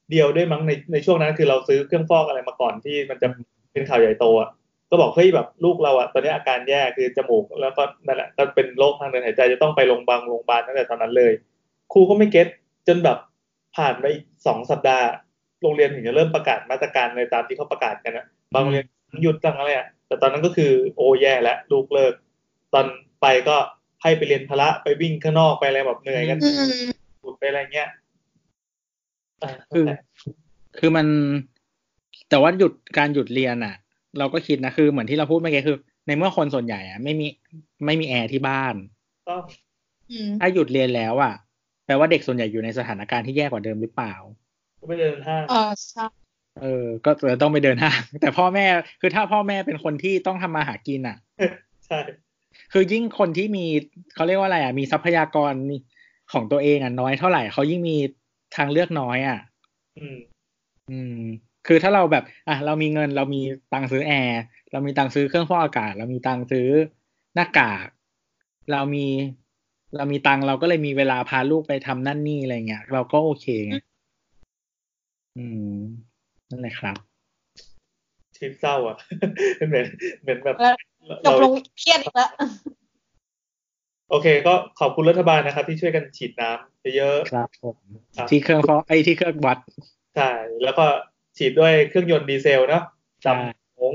เดียวด้วยมั้งในในช่วงนั้นคือเราซื้อเครื่องฟอกอะไรมาก่อนที่มันจะเป็นข่าวใหญ่โตอ่ะก็บอกเฮ้ยแบบลูกเราอ่ะตอนนี้อาการแย่คือจมูกแล้วก็นั่นแหละก็เป็นโรคทางเดินหายใจจะต้องไปโรงพยาบาลโรงพยาบาลตั้งแต่ตอนนั้นเลยครูก็ไม่เก็ตจนแบบผ่านไปอีกสองสัปดาห์โรงเรียนถึงจะเริ่มประกาศมาตรการในตามที่เขาประกาศกันนะบางโรงเรียนหยุดตั้งอะไรอ่ะแต่ตอนนั้นก็คือโอ้แย่แล้วลูกเลิกตอนไปก็ให้ไปเรียนพละไปวิ่งข้างนอกไปอะไรแบบเหนื่อยกันขุดไปอะไรเงี้ยคือคือมันแต่ว่าหยุดการหยุดเรียนอ่ะเราก็คิดนะคือเหมือนที่เราพูดเมื่อกี้คือในเมื่อคนส่วนใหญ่อ่ะไม่มีไม่มีแอร์ที่บ้านถ้าหยุดเรียนแล้วอ่ะแปลว่าเด็กส่วนใหญ่อยู่ในสถานการณ์ที่แย่กว่าเดิมหรือเปล่าก็ไปเดินห้างอ๋อใช่เออก็จะต้องไปเดินห้างแต่พ่อแม่คือถ้าพ่อแม่เป็นคนที่ต้องทำมาหากินอ่ะใช่คือยิ่งคนที่มีเขาเรียกว่าอะไรอ่ะมีทรัพยากรของตัวเองอ่ะน้อยเท่าไหร่เขายิ่งมีทางเลือกน้อยอ่ะอืมอืมคือถ้าเราแบบอ่ะเรามีเงินเรามีตังค์ซื้อแอร์เรามีตังค์ซื้อเครื่องฟอกอากาศเรามีตังค์ซื้อหน้ากากเรามีเรามีตังค์เราก็เลยมีเวลาพาลูกไปทำนั่นนี่อะไรเงี้ยเราก็โอเคไงอืมนั่นแหละครับชีพเศร้าอ่ะเหมือนเหมือนแบบจบลงเครียดอีกแล้วโอเคก็ขอบคุณรัฐบาลนะครับที่ช่วยกันฉีดน้ำเยอะครับผมที่เครื่องฟอกไอ้ที่เครื่องวัดใช่แล้วก็ฉีดด้วยเครื่องยนต์ดีเซลเนาะจำงง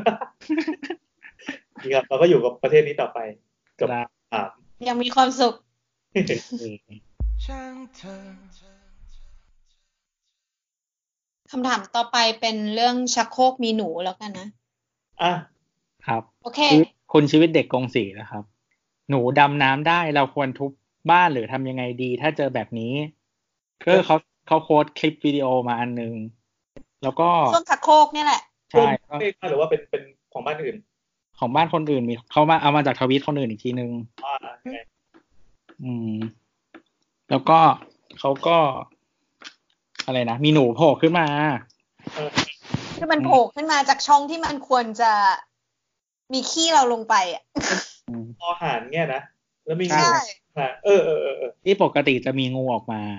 นี่ครับเราก็อยู่กับประเทศนี้ต่อไปกับถามยังมีความสุขคำถามต่อไปเป็นเรื่องชักโครกมีหนูแล้วกันนะอ่ะครับโอเคคุณชีวิตเด็กกงสีนะครับหนูดำน้ำได้เราควรทุบบ้านหรือทำยังไงดีถ้าเจอแบบนี้ก็เขาเขาโค้ดคลิปวิดีโอมาอันนึงแล้วก็ส้วมชักโครกเนี่ยแหละใช่หรือว่าเป็นเป็นของบ้านอื่นของบ้านคนอื่นมีเขามาเอามาจากทวิตคนอื่นอีกทีนึงอ่าอืมแล้วก็เขาก็อะไรนะมีหนูโผล่ขึ้นมาคือมันโผล่ขึ้นมาจากช่องที่มันควรจะมีขี้เราลงไปอ่ะพอหารเนี่ยนะแล้วมีงูเออเออเออที่ปกติจะมีงูออกมา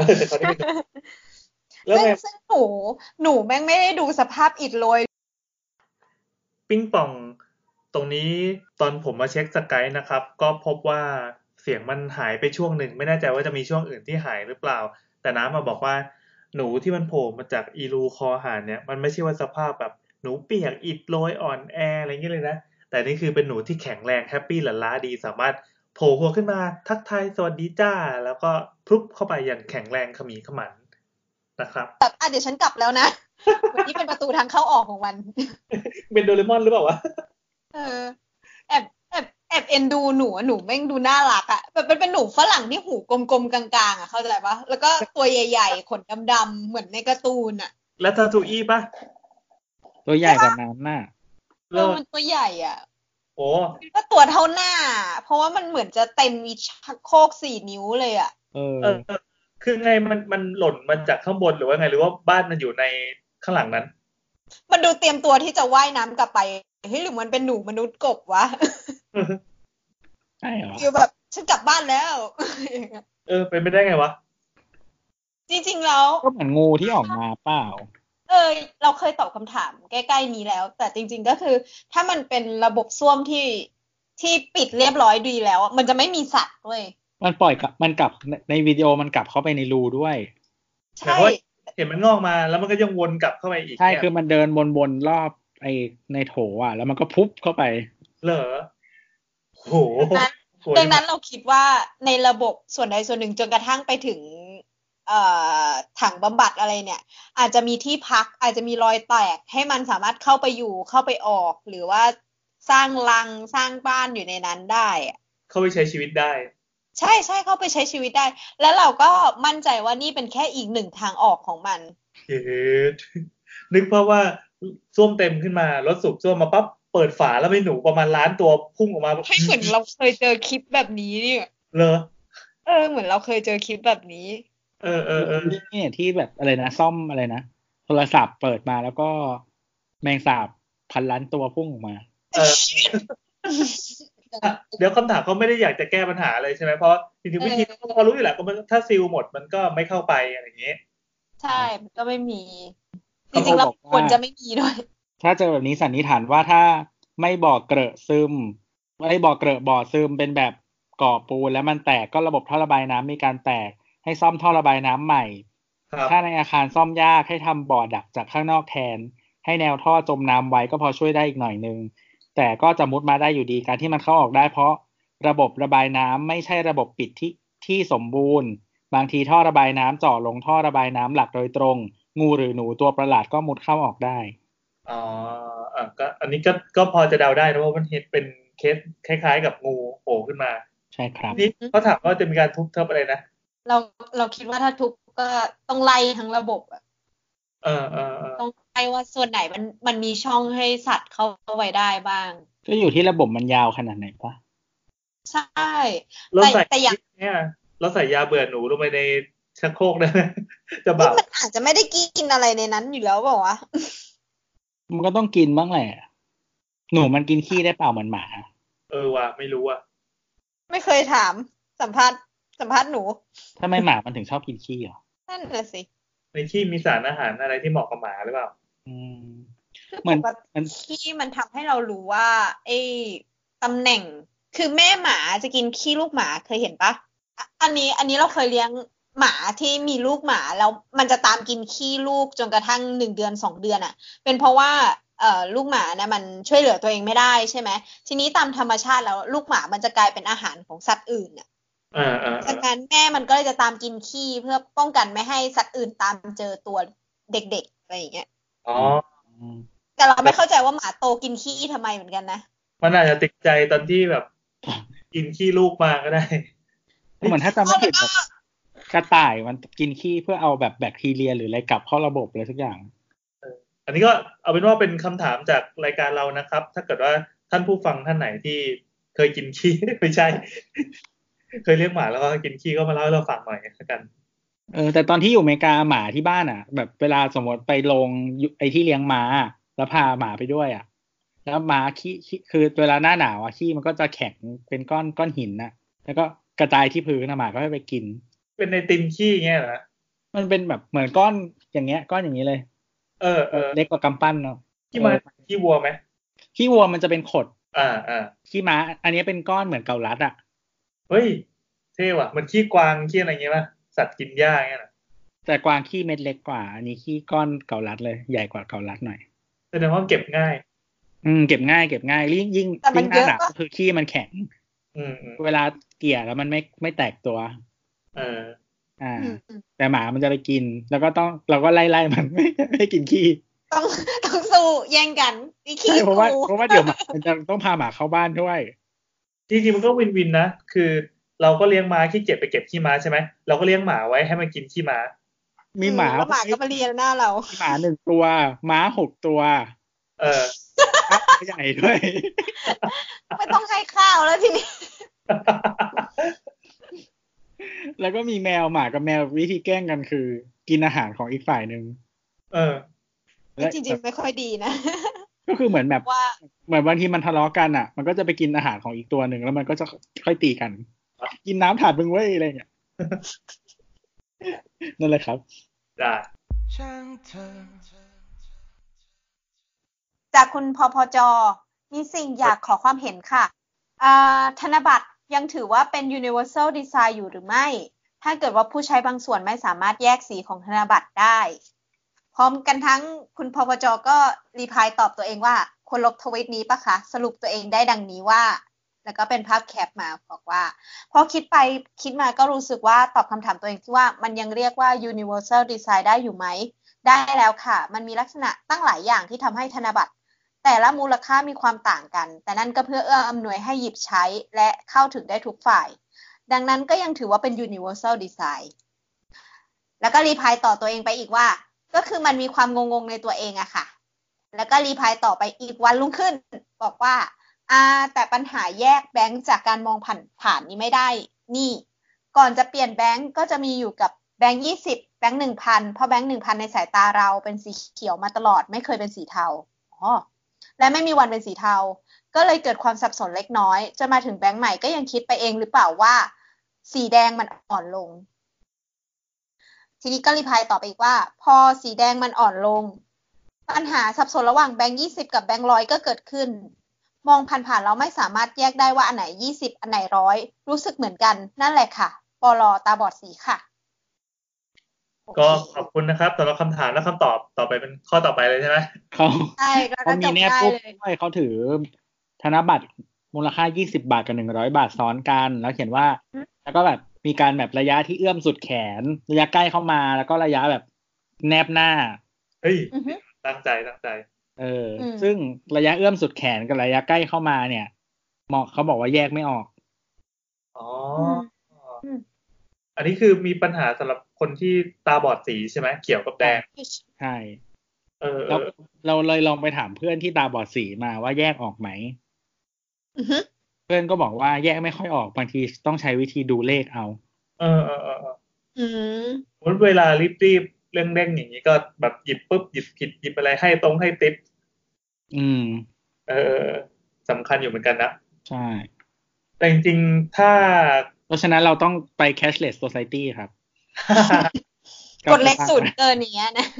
แล้วไงซึ่งหนูหนูแม่งไม่ได้ดูสภาพอิฐโรยปิ้งปองตรงนี้ตอนผมมาเช็คสกายนะครับก็พบว่าเสียงมันหายไปช่วงหนึ่งไม่แน่ใจว่าจะมีช่วงอื่นที่หายหรือเปล่าแต่น้ำมาบอกว่าหนูที่มันโผล่มาจากอีรูคอหารเนี่ยมันไม่ใช่ว่าสภาพแบบหนูเปียกอิดโรยอ่อนแออะไรอย่างเงี้ยเลยนะแต่นี่คือเป็นหนูที่แข็งแรงแฮปปี้หลั่นล้าดีสามารถโผล่หัวขึ้นมาทักทายสวัสดีจ้าแล้วก็พลุบเข้าไปอย่างแข็งแรงขมีขมันนะครับแบบอ่ะเดี๋ยวฉันกลับแล้วนะนี่เป็นประตูทางเข้าออกของมันเป็นโดเรมอนหรือเปล่าวะเออแอบแอบแอบเอ็นดูหนูหนูแม่งดูน่ารักอ่ะแบบเป็นเป็นหนูฝรั่งที่หูกลมๆกลางๆอ่ะเข้าใจปะแล้วก็ตัวใหญ่ๆขนดำๆเหมือนในการ์ตูนอ่ะแล้วทาทูอี้ปะตัวใหญ่กว่านั้นน่ะเออมันตัวใหญ่อ่ะโอ้ก็ตัวเท่าหน้าเพราะว่ามันเหมือนจะเต็มมีชักโครกสี่นิ้วเลยอ่ะเออคือไงมันมันหล่นมาจากข้างบนหรือว่าไงหรือว่าบ้านมันอยู่ในข้างหลังนั้นมันดูเตรียมตัวที่จะว่ายน้ำกลับไปเฮ้ยหรือมันเป็นหนูมนุษย์กบวะใช่เหรออยู่แบบฉันกลับบ้านแล้วเออเป็นไปได้ไงวะจริงๆแล้วก็เหมือนงูที่ออกมาเปล่าเออเราเคยตอบคำถามใกล้ๆนี้แล้วแต่จริงๆก็คือถ้ามันเป็นระบบส้วมที่ที่ปิดเรียบร้อยดีแล้วมันจะไม่มีสัตว์ด้วยมันปล่อยกับมันกลับในวิดีโอมันกลับเข้าไปในรูด้วยใช่เห็นมันงอกมาแล้วมันก็ยังวนกลับเข้าไปอีกใช่คือมันเดินวนๆรอบไอในโถอ่ะแล้วมันก็พุบเข้าไปเหรอโหดังนั้นเราคิดว่าในระบบส่วนใดส่วนหนึ่งจนกระทั่งไปถึงเอ่อถังบำบัดอะไรเนี่ยอาจจะมีที่พักอาจจะมีรอยแตกให้มันสามารถเข้าไปอยู่เข้าไปออกหรือว่าสร้างรังสร้างบ้านอยู่ในนั้นได้เข้าไปใช้ชีวิตได้ใช่ใช่เข้าไปใช้ชีวิตได้แล้วเราก็มั่นใจว่านี่เป็นแค่อีกหนึ่งทางออกของมันเฮ้ยนึกเพราะว่าส้วมเต็มขึ้นมารถสูบส้วมมาปั๊บเปิดฝาแล้วมีหนูประมาณล้านตัวพุ่งออกมาให้เหมือนเราเคยเจอคลิปแบบนี้เนี่ยเหรอเออเหมือนเราเคยเจอคลิปแบบนี้เออเออเออนี่ที่แบบอะไรนะซ่อมอะไรนะโทรศัพท์เปิดมาแล้วก็แมงสาบพันล้านตัวพุ่งออกมาเออเดี๋ยวคำถามเขาไม่ได้อยากจะแก้ปัญหาเลยใช่ไหมเพราะจริงๆวิธีเขารู้อยู่แหละก็มันถ้าซีลหมดมันก็ไม่เข้าไปอะไรอย่างเงี้ยใช่มันก็ไม่มีจริงๆแล้วควรจะไม่มีด้วยถ้าเจอแบบนี้สันนิษฐานว่าถ้าไม่บ่อเกลอะซึมไม่บ่อเกลอะบ่อซึมเป็นแบบก่อปูนแล้วมันแตกก็ระบบท่อระบายน้ำมีการแตกให้ซ่อมท่อระบายน้ำใหม่ถ้าในอาคารซ่อมยากให้ทำบ่อดักจากข้างนอกแทนให้แนวท่อจมน้ำไว้ก็พอช่วยได้อีกหน่อยนึงแต่ก็จะมุดมาได้อยู่ดีการที่มันเข้าออกได้เพราะระบบระบายน้ำไม่ใช่ระบบปิดที่ที่สมบูรณ์บางทีท่อระบายน้ำเจาะลงท่อระบายน้ำหลักโดยตรงงูหรือหนูตัวประหลาดก็มุดเข้าออกได้อ๋ออ่ะก็อันนี้ก็ก็พอจะเดาได้นะว่ามันเห็นเป็นเคสคล้ายๆกับงูโผล่ขึ้นมาใช่ครับนี่เขาถามว่าจะมีการทุบเทิบอะไรนะเราเราคิดว่าถ้าทุบก็ต้องไล่ทั้งระบบอ่ะเออเออต้องไล่ว่าส่วนไหนมันมันมีช่องให้สัตว์เข้าไว้ได้บ้างก็อยู่ที่ระบบมันยาวขนาดไหนปะใช่แต่แต่อย่างเนี้ยเราใส่ยาเบื่อหนูลงไปในชักโครกได้ไหมจะบาปมันอาจจะไม่ได้กินอะไรในนั้นอยู่แล้วเปล่าวะมันก็ต้องกินบ้างแหละหนูมันกินขี้ได้เปล่าเหมือนหมาเออว่ะไม่รู้อ่ะไม่เคยถามสัมภาษณ์สัมภาษณ์หนูทำไมหมามันถึงชอบกินขี้อ่ะนั่นแหละสิในขี้มีสารอาหารอะไรที่เหมาะกับหมาหรือเปล่าอืมเหมือนมันขี้มันทำให้เรารู้ว่าไอ้ตำแหน่งคือแม่หมาจะกินขี้ลูกหมาเคยเห็นปะอันนี้อันนี้เราเคยเลี้ยงหมาที่มีลูกหมาแล้วมันจะตามกินขี้ลูกจนกระทั่งหนึ่งเดือนสองเดือนอ่ะเป็นเพราะว่าเอ่อลูกหมานะมันช่วยเหลือตัวเองไม่ได้ใช่ไหมทีนี้ตามธรรมชาติแล้วลูกหมามันจะกลายเป็นอาหารของสัตว์อื่นอ่ะจากนั้นแม่มันก็เลยจะตามกินขี้เพื่อป้องกันไม่ให้สัตว์อื่นตามเจอตัวเด็กๆอะไรอย่างเงี้ยอ๋อแต่เราไม่เข้าใจว่าหมาโตกินขี้ทำไมเหมือนกันนะมันอาจจะติดใจตอนที่แบบกินขี้ลูกมาก็ได้เหมือนถ้าจำไม่ผิดแบบกระต่ายมันกินขี้เพื่อเอาแบบแบคทีเรียหรืออะไรกลับเข้าระบบอะไรสักอย่างอันนี้ก็เอาเป็นว่าเป็นคำถามจากรายการเรานะครับ ถ้าเกิดว่าท่านผู้ฟังท่านไหนที่เคยกินขี้ ไม่ใช่ เคยเลี้ยงหมาแล้วก็กินขี้ก็มาเล่าให้เราฟังหน่อยละกันเออแต่ตอนที่อยู่อเมริกาหมาที่บ้านอ่ะแบบเวลาสมมติไปลงไอ้ที่เลี้ยงม้าแล้วพาหมาไปด้วยอ่ะแล้วม้าขี้คือเวลาหน้าหนาวอ่ะขี้มันก็จะแข็งเป็นก้อนก้อนหินน่ะแล้วก็กระจายที่พื้นนะหมาก็ไม่ไปกินเป็นไอติมขี้เงี้ยเหรอมันเป็นแบบเหมือนก้อนอย่างเงี้ยก้อนอย่างนี้เลยเออเออเล็กกว่ากำปั้นเนาะขี้ม้าขี้วัวไหมขี้วัวมันจะเป็นขดอ่าอ่าขี้ม้าอันนี้เป็นก้อนเหมือนเกาลัดอ่ะเฮ้ยเท่ว่ะมันขี้กวางขี้อะไรเงี้ยป่ะสัตว์กินหญ้าเงี้ยนะแต่กวางขี้เม็ดเล็กกว่าอันนี้ขี้ก้อนเกาลัดเลยใหญ่กว่าเกาลัดหน่อยแสดงว่าเก็บง่ายอืมเก็บง่ายเก็บง่ายยิ่งยิ่งยิ่งหน้าหนาวก็คือขี้มันแข็งอืมเวลาเกลี่ยแล้วมันไม่ไม่แตกตัวเอออ่าแต่หมามันจะไปกินแล้วก็ต้องเราก็ไล่ไล่มันไม่ไม่กินขี้ต้องต้องสู้แย่งกันขี้เพราะว่าเพราะว่าเดี๋ยวมันจะต้องพาหมาเข้าบ้านด้วยจริงๆมันก็วินวินนะคือเราก็เลี้ยงม้าขี้เกียจไปเก็บขี้ม้าใช่ไหมเราก็เลี้ยงหมาไว้ให้มันกินขี้ม้ามีหมาแล้วหมาก็มาเลียหน้าเรามีหมาหนึ่งตัวม้าหกตัวเออใหญ่ด้วยไม่ต้องให้ข้าวแล้วทีนี้แล้วก็มีแมวหมากับแมววิธีแกล้งกันคือกินอาหารของอีกฝ่ายนึงเออจริงๆไม่ค่อยดีนะก็คือเหมือนแบบว่าเหมือนบางทีมันทะเลาะกันอ่ะมันก็จะไปกินอาหารของอีกตัวหนึ่งแล้วมันก็จะค่อยตีกันกินน้ำถาดมึงเว้ยอะไรเงี้ยนั่นแหละครับได้จากคุณพพจมีสิ่งอยากขอความเห็นค่ะธนบัตรยังถือว่าเป็น universal design อยู่หรือไม่ถ้าเกิดว่าผู้ใช้บางส่วนไม่สามารถแยกสีของธนบัตรได้พร้อมกันทั้งคุณพพจก็รีพลายตอบตัวเองว่าควรลบทวีตนี้ปะคะสรุปตัวเองได้ดังนี้ว่าแล้วก็เป็นภาพแคปมาบอกว่าพอคิดไปคิดมาก็รู้สึกว่าตอบคำถามตัวเองที่ว่ามันยังเรียกว่า universal design ได้อยู่ไหมได้แล้วค่ะมันมีลักษณะตั้งหลายอย่างที่ทำให้ธนบัตรแต่ละมูลค่ามีความต่างกันแต่นั่นก็เพื่อเอื้ออำนวยให้หยิบใช้และเข้าถึงได้ทุกฝ่ายดังนั้นก็ยังถือว่าเป็น universal design แล้วก็รีพลายต่อตัวเองไปอีกว่าก็คือมันมีความงงๆในตัวเองอะค่ะแล้วก็รีพลายต่อไปอีกวันรุ่งขึ้นบอกว่าอ่าแต่ปัญหาแยกแบงค์จากการมองผ่านผ่านนี้ไม่ได้นี่ก่อนจะเปลี่ยนแบงค์ก็จะมีอยู่กับแบงค์ยี่สิบแบงค์ หนึ่งพัน เพราะแบงค์ หนึ่งพัน ในสายตาเราเป็นสีเขียวมาตลอดไม่เคยเป็นสีเทาอ๋อและไม่มีวันเป็นสีเทาก็เลยเกิดความสับสนเล็กน้อยจนมาถึงแบงค์ใหม่ก็ยังคิดไปเองหรือเปล่าว่าสีแดงมันอ่อนลงทีนี้ก็รีพลายต่อไปอีกว่าพอสีแดงมันอ่อนลงปัญหาสับสนระหว่างแบงค์ยี่สิบกับแบงค์ร้อยก็เกิดขึ้นมองผ่านๆเราไม่สามารถแยกได้ว่าอันไหนยี่สิบอันไหนร้อยรู้สึกเหมือนกันนั่นแหละค่ะปลตาบอดสีค่ะก็ขอบคุณนะครับสำหรับคำถามและคำตอบต่อไปเป็นข้อต่อไปเลยใช่ไหมเขาใช่ก็เขามีจบแนบได้ปุ๊บเลยด้วยเขาถือธนบัตรมูลค่ายี่สิบบาทกับหนึ่งร้อยบาทซ้อนกันแล้วเขียนว่าแล้วก็แบบมีการแบบระยะที่เอื้อมสุดแขนระยะใกล้เข้ามาแล้วก็ระยะแบบแนบหน้าเฮ้ยตั้งใจตั้งใจเออซึ่งระยะเอื้อมสุดแขนกับระยะใกล้เข้ามาเนี่ยเหมาะเขาบอกว่าแยกไม่ออกอ๋ออันนี้คือมีปัญหาสำหรับคนที่ตาบอดสีใช่ไหมเขียวกับแดงใช่เออเราเราเลยลองไปถามเพื่อนที่ตาบอดสีมาว่าแยกออกไหมเพื่อนก็บอกว่าแยกไม่ค่อยออกบางทีต้องใช้วิธีดูเลขเอาเออเออเอออืมเวลารีบๆเร่งๆอย่างนี้ก็แบบหยิบปุ๊บหยิบผิดหยิบอะไรให้ตรงให้ติ๊บอืมเออสำคัญอยู่เหมือนกันนะใช่แต่จริงๆถ้าเพราะฉะนั้นเราต้องไป cashless society ครับกดเลขศูนย์เกินอย่างเงี้ยนะ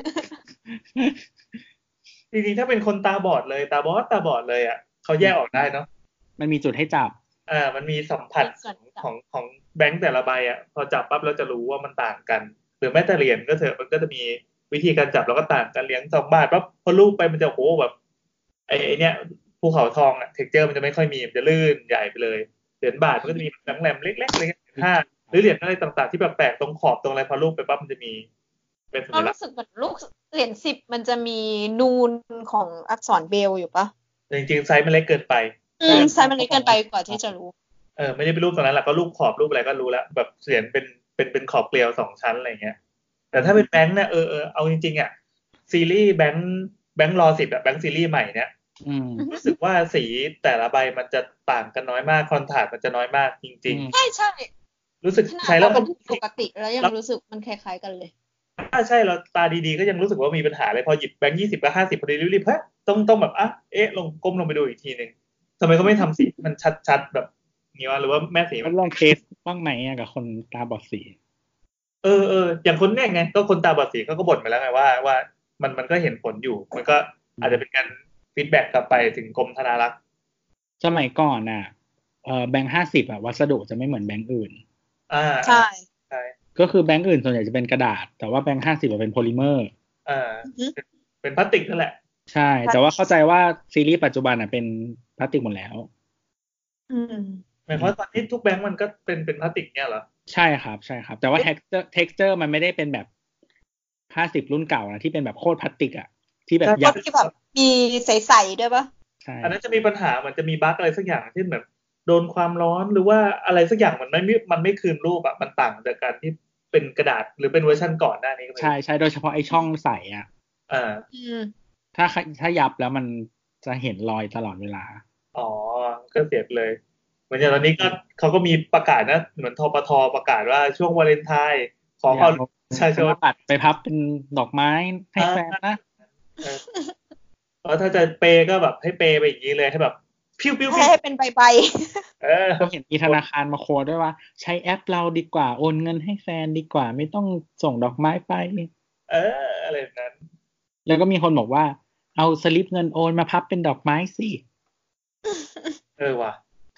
จริงๆถ้าเป็นคนตาบอดเลยตาบอดตาบอดเลยอ่ะเขาแยกออกได้เนาะมันมีจุดให้จับอ่ามันมีสัมผัสของของแบงค์แต่ละใบอ่ะพอจับปั๊บเราจะรู้ว่ามันต่างกันหรือแม้แต่เหรียญก็เถอะมันก็จะมีวิธีการจับแล้วก็ต่างกันเหรียญสองบาทปั๊บพอลูบไปมันจะโอ้แบบไอ้เนี้ยภูเขาทองอ่ะเท็กเจอร์มันจะไม่ค่อยมีมันจะลื่นใหญ่ไปเลยเหรียญบาทมันก็จะมีแหลมๆเล็กๆอะไรเงี้ยห้าหรือเหรียญอะไรต่างๆที่แบบแปลกตรงขอบตรงอะไรพอลูบไปปั๊บมันจะมีเป็นสัญลักษณ์รู้สึกเหมือนลูกเหรียญสิบมันจะมีนูนของอักษรเบลอยู่ปะจริงๆไซส์มันเล็กเกินไปอืมไซส์มันเล็กเกินไปกว่าที่จะรู้เออไม่ได้เป็นรูปตรงนั้นแหละก็รูปขอบรูปอะไรก็รู้แล้วแบบเหรียญเป็นเป็นเป็นขอบเกลียวสองชั้นอะไรเงี้ยแต่ถ้าเป็นแบงค์เนี่ยเออเออเอาจริงๆอ่ะซีรีส์แบงค์แบงค์รอสิบอะแบงค์ซีรีส์ใหม่เนี่ยรู้สึกว่าสีแต่ละใบมันจะต่างกันน้อยมากคอนทราสต์มันจะน้อยมากจริงๆใช่ใช่รู้สึกใช้แล้วก็ปกติแล้วยังรู้สึกมันคล้ายๆกันเลยถ้าใช่เราตาดีๆก็ยังรู้สึกว่ามีปัญหาเลยพอหยิบแบงค์ยี่สิบกับห้าสิบพอดีรีบๆเฮ้ยต้องต้องแบบอ่ะเอ๊ะลงก้มลงไปดูอีกทีนึงทำไมเขาไม่ทำสีมันชัดๆแบบนี้วะหรือว่าแม่สีมันลองเทสบ้างไหมอะกับคนตาบอดสีเออเอออย่างคนเนี่ยไงก็คนตาบอดสีเขาก็บ่นมาแล้วไงว่าว่ามันมันก็เห็นผลอยู่มันก็อาจจะเป็นการฟีดแบ็กกลับไปถึงกรมธนารักษ์สมัยก่อนน่ะเอ่อแบงค์ห้าสิบอะวัสดุจะไม่เหมือนแบงค์อื่นอ่าใช่ใช่ก็คือแบงค์อื่นส่วนใหญ่จะเป็นกระดาษแต่ว่าแบงค์ห้าสิบเป็นโพลิเมอร์อ่าเป็นพลาสติกนั่นแหละใช่แต่ว่าเข้าใจว่าซีรีส์ปัจจุบันอ่ะเป็นพลาสติกหมดแล้วอืมหมายความว่าตอนนี้ทุกแบงค์มันก็เป็นเป็นพลาสติกเนี่ยเหรอใช่ครับใช่ครับแต่ว่า texture texture มันไม่ได้เป็นแบบห้าสิบรุ่นเก่านะที่เป็นแบบโคตรพลาสติกอ่ะที่แบบยับที่แบบมีใสๆด้วยปะใช่อันนั้นจะมีปัญหามันจะมีบั๊กอะไรสักอย่างที่แบบโดนความร้อนหรือว่าอะไรสักอย่างมันไม่มันไม่คืนรูปอ่ะมันต่างจากการที่เป็นกระดาษหรือเป็นเวอร์ชันก่อนหน้านี้ใช่ใช่โดยเฉพาะไอ้ช่องใสอ่ะอ่าถ้าถ้ายับแล้วมันจะเห็นรอยตลอดเวลาอ๋อก็เสียเลยเหมือนอย่างตอนนี้ก็เขาก็มีประกาศนะเหมือนทปทประกาศว่าช่วงวาเลนไทน์ขอเอาชายชนปัดไปพับเป็นดอกไม้ให้แฟนนะเออถ้าจะเปก็แบบให้เปไปอย่างนี้เลยให้แบบพิ้วพิ้วให้เป็นใบใบเออก็เห็นมีธนาคารมาโค้ดด้วยว่าใช้แอปเราดีกว่าโอนเงินให้แฟนดีกว่าไม่ต้องส่งดอกไม้ไปเอออะไรนั้นแล้วก็มีคนบอกว่าเอาสลิปเงินโอนมาพับเป็นดอกไม้สิเออว่ะ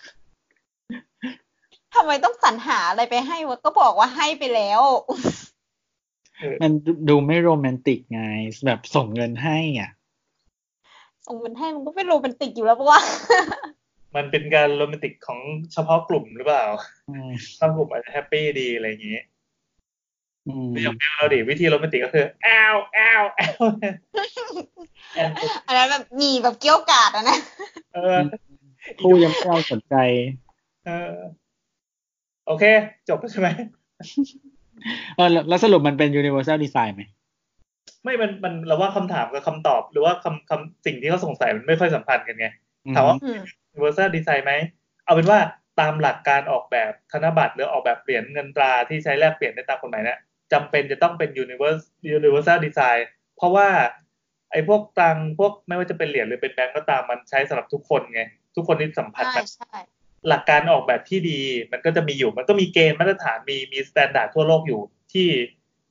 ทำไมต้องสรรหาอะไรไปให้วะก็บอกว่าให้ไปแล้วมันดูไม่โรแมนติกไงแบบส่งเงินให้อ่ะส่งเงินให้มันก็เป็นโรแมนติกอยู่แล้วปะวะมันเป็นการโรแมนติกของเฉพาะกลุ่มหรือเปล่าบางกลุ่มอาจจะแฮปปี้ดีอะไรอย่างนี้อย่างเราดิวิธีโรแมนติกก็คือแอลแอลแอลอันนั้นแบบมีแบบเกี้ยวกาดอะนะเออคู่ยังไม่เอาสนใจเออโอเคจบแล้วใช่ไหมเออแล้วสรุปมันเป็น universal design ไหมไม่มันมันเราว่าคำถามกับคำตอบหรือว่าคำคำสิ่งที่เขาสงสัยมันไม่ค่อยสัมพันธ์กันไงถามว่า universal design ไหมเอาเป็นว่าตามหลักการออกแบบธนบัตรหรือออกแบบเหรียญเงินตราที่ใช้แลกเปลี่ยนได้ตามกฎหมายเนี่ยจำเป็นจะต้องเป็น universal universal design เพราะว่าไอ้พวกตังพวกไม่ว่าจะเป็นเหรียญหรือเป็นแบงก์ก็ตามมันใช้สำหรับทุกคนไงทุกคนที่สัมผัสมันหลักการออกแบบที่ดีมันก็จะมีอยู่มันก็มีเกณฑ์มาตรฐานมีมีสแตนดาร์ดทั่วโลกอยู่ที่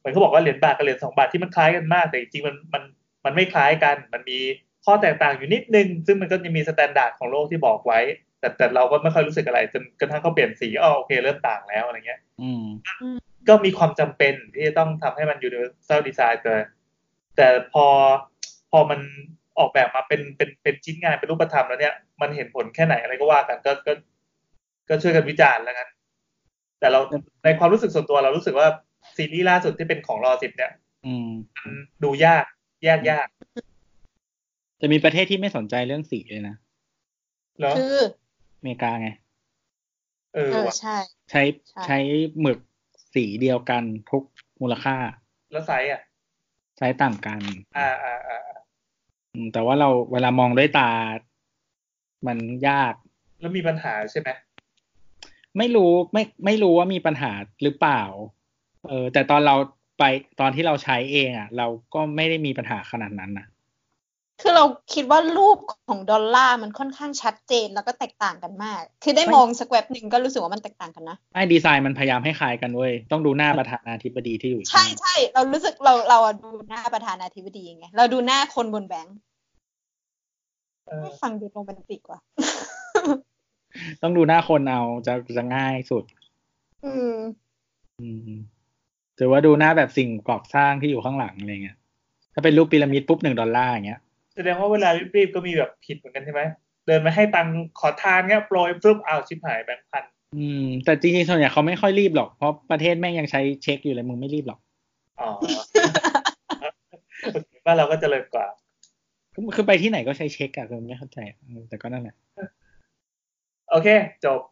มือนเขาบอกว่าเหรียญบาทกับเหรียญสองบาทที่มันคล้ายกันมากแต่จริงๆมันมันมันไม่คล้ายกันมันมีข้อแตกต่างอยู่นิดนึงซึ่งมันก็จะมีสแตนดาร์ดของโลกที่บอกไว้แต่แต่เราก็ไม่ค่อยรู้สึกอะไรจนกระทั่งเขาเปลี่ยนสีอ๋อโอเคเริ่มต่างแล้วอะไรเงี้ยอืมก็มีความจำเป็นที่จะต้องทำให้มัน universal design แต่แต่พอพอมันออกแบบมาเป็นเป็นเป็นชิ้นงานเป็นรูปธรรมแล้วเนี่ยมันเห็นผลแค่ไหนอะไรก็ว่ากันก็ก็ก็ช่วยกันวิจารณ์แล้วกันแต่เราในความรู้สึกส่วนตัวเรารู้สึกว่าซีรีส์ล่าสุดที่เป็นของรอสิบเนี่ยมันดูยากแยกยากจะมีประเทศที่ไม่สนใจเรื่องสีเลยนะคืออเมริกาไงเออใช่ใช้ใช้หมึกสีเดียวกันทุกมูลค่าแล้วไซส์อ่ะไซส์ต่างกันอ่าอ่าอ่าแต่ว่าเราเวลามองด้วยตามันยากแล้วมีปัญหาใช่ไหมไม่รู้ไม่ไม่รู้ว่ามีปัญหาหรือเปล่าเออแต่ตอนเราไปตอนที่เราใช้เองอ่ะเราก็ไม่ได้มีปัญหาขนาดนั้นนะคือเราคิดว่ารูปของดอลลาร์มันค่อนข้างชัดเจนแล้วก็แตกต่างกันมากคือได้มองสักแวบหนึ่งก็รู้สึกว่ามันแตกต่างกันนะไอ้ดีไซน์มันพยายามให้คล้ายกันเว้ยต้องดูหน้าประธานาธิบดีที่อยู่ใช่ใช่เรารู้สึกเราเราดูหน้าประธานาธิบดีไงเราดูหน้าคนบนแบงค์ฟังดูโรแมนติกว่ะต้องดูหน้าคนเอาจะจะง่ายสุดอืมอืมถือว่าดูหน้าแบบสิ่งก่อสร้างที่อยู่ข้างหลังอะไรเงี้ยถ้าเป็นรูปพีระมิดปุ๊บหนึ่งดอลลาร์อย่างเงี้ยแสดงว่าเวลารีบๆก็มีแบบผิดเหมือนกันใช่ไหมเดินมาให้ตังค์ขอทานเงี้ยโปรยปุ๊บอ้าวชิบหายแบงค์พันอืมแต่จริงๆส่วนใหญ่เขาไม่ค่อยรีบหรอกเพราะประเทศแม่งยังใช้เช็คอยู่เลยมึงไม่รีบหรอกอ๋อบ้านเราก็เจริญกว่าคือไปที่ไหนก็ใช้เช็คอะคือไม่เข้าใจแต่ก็นั่นแหละโอเคจบ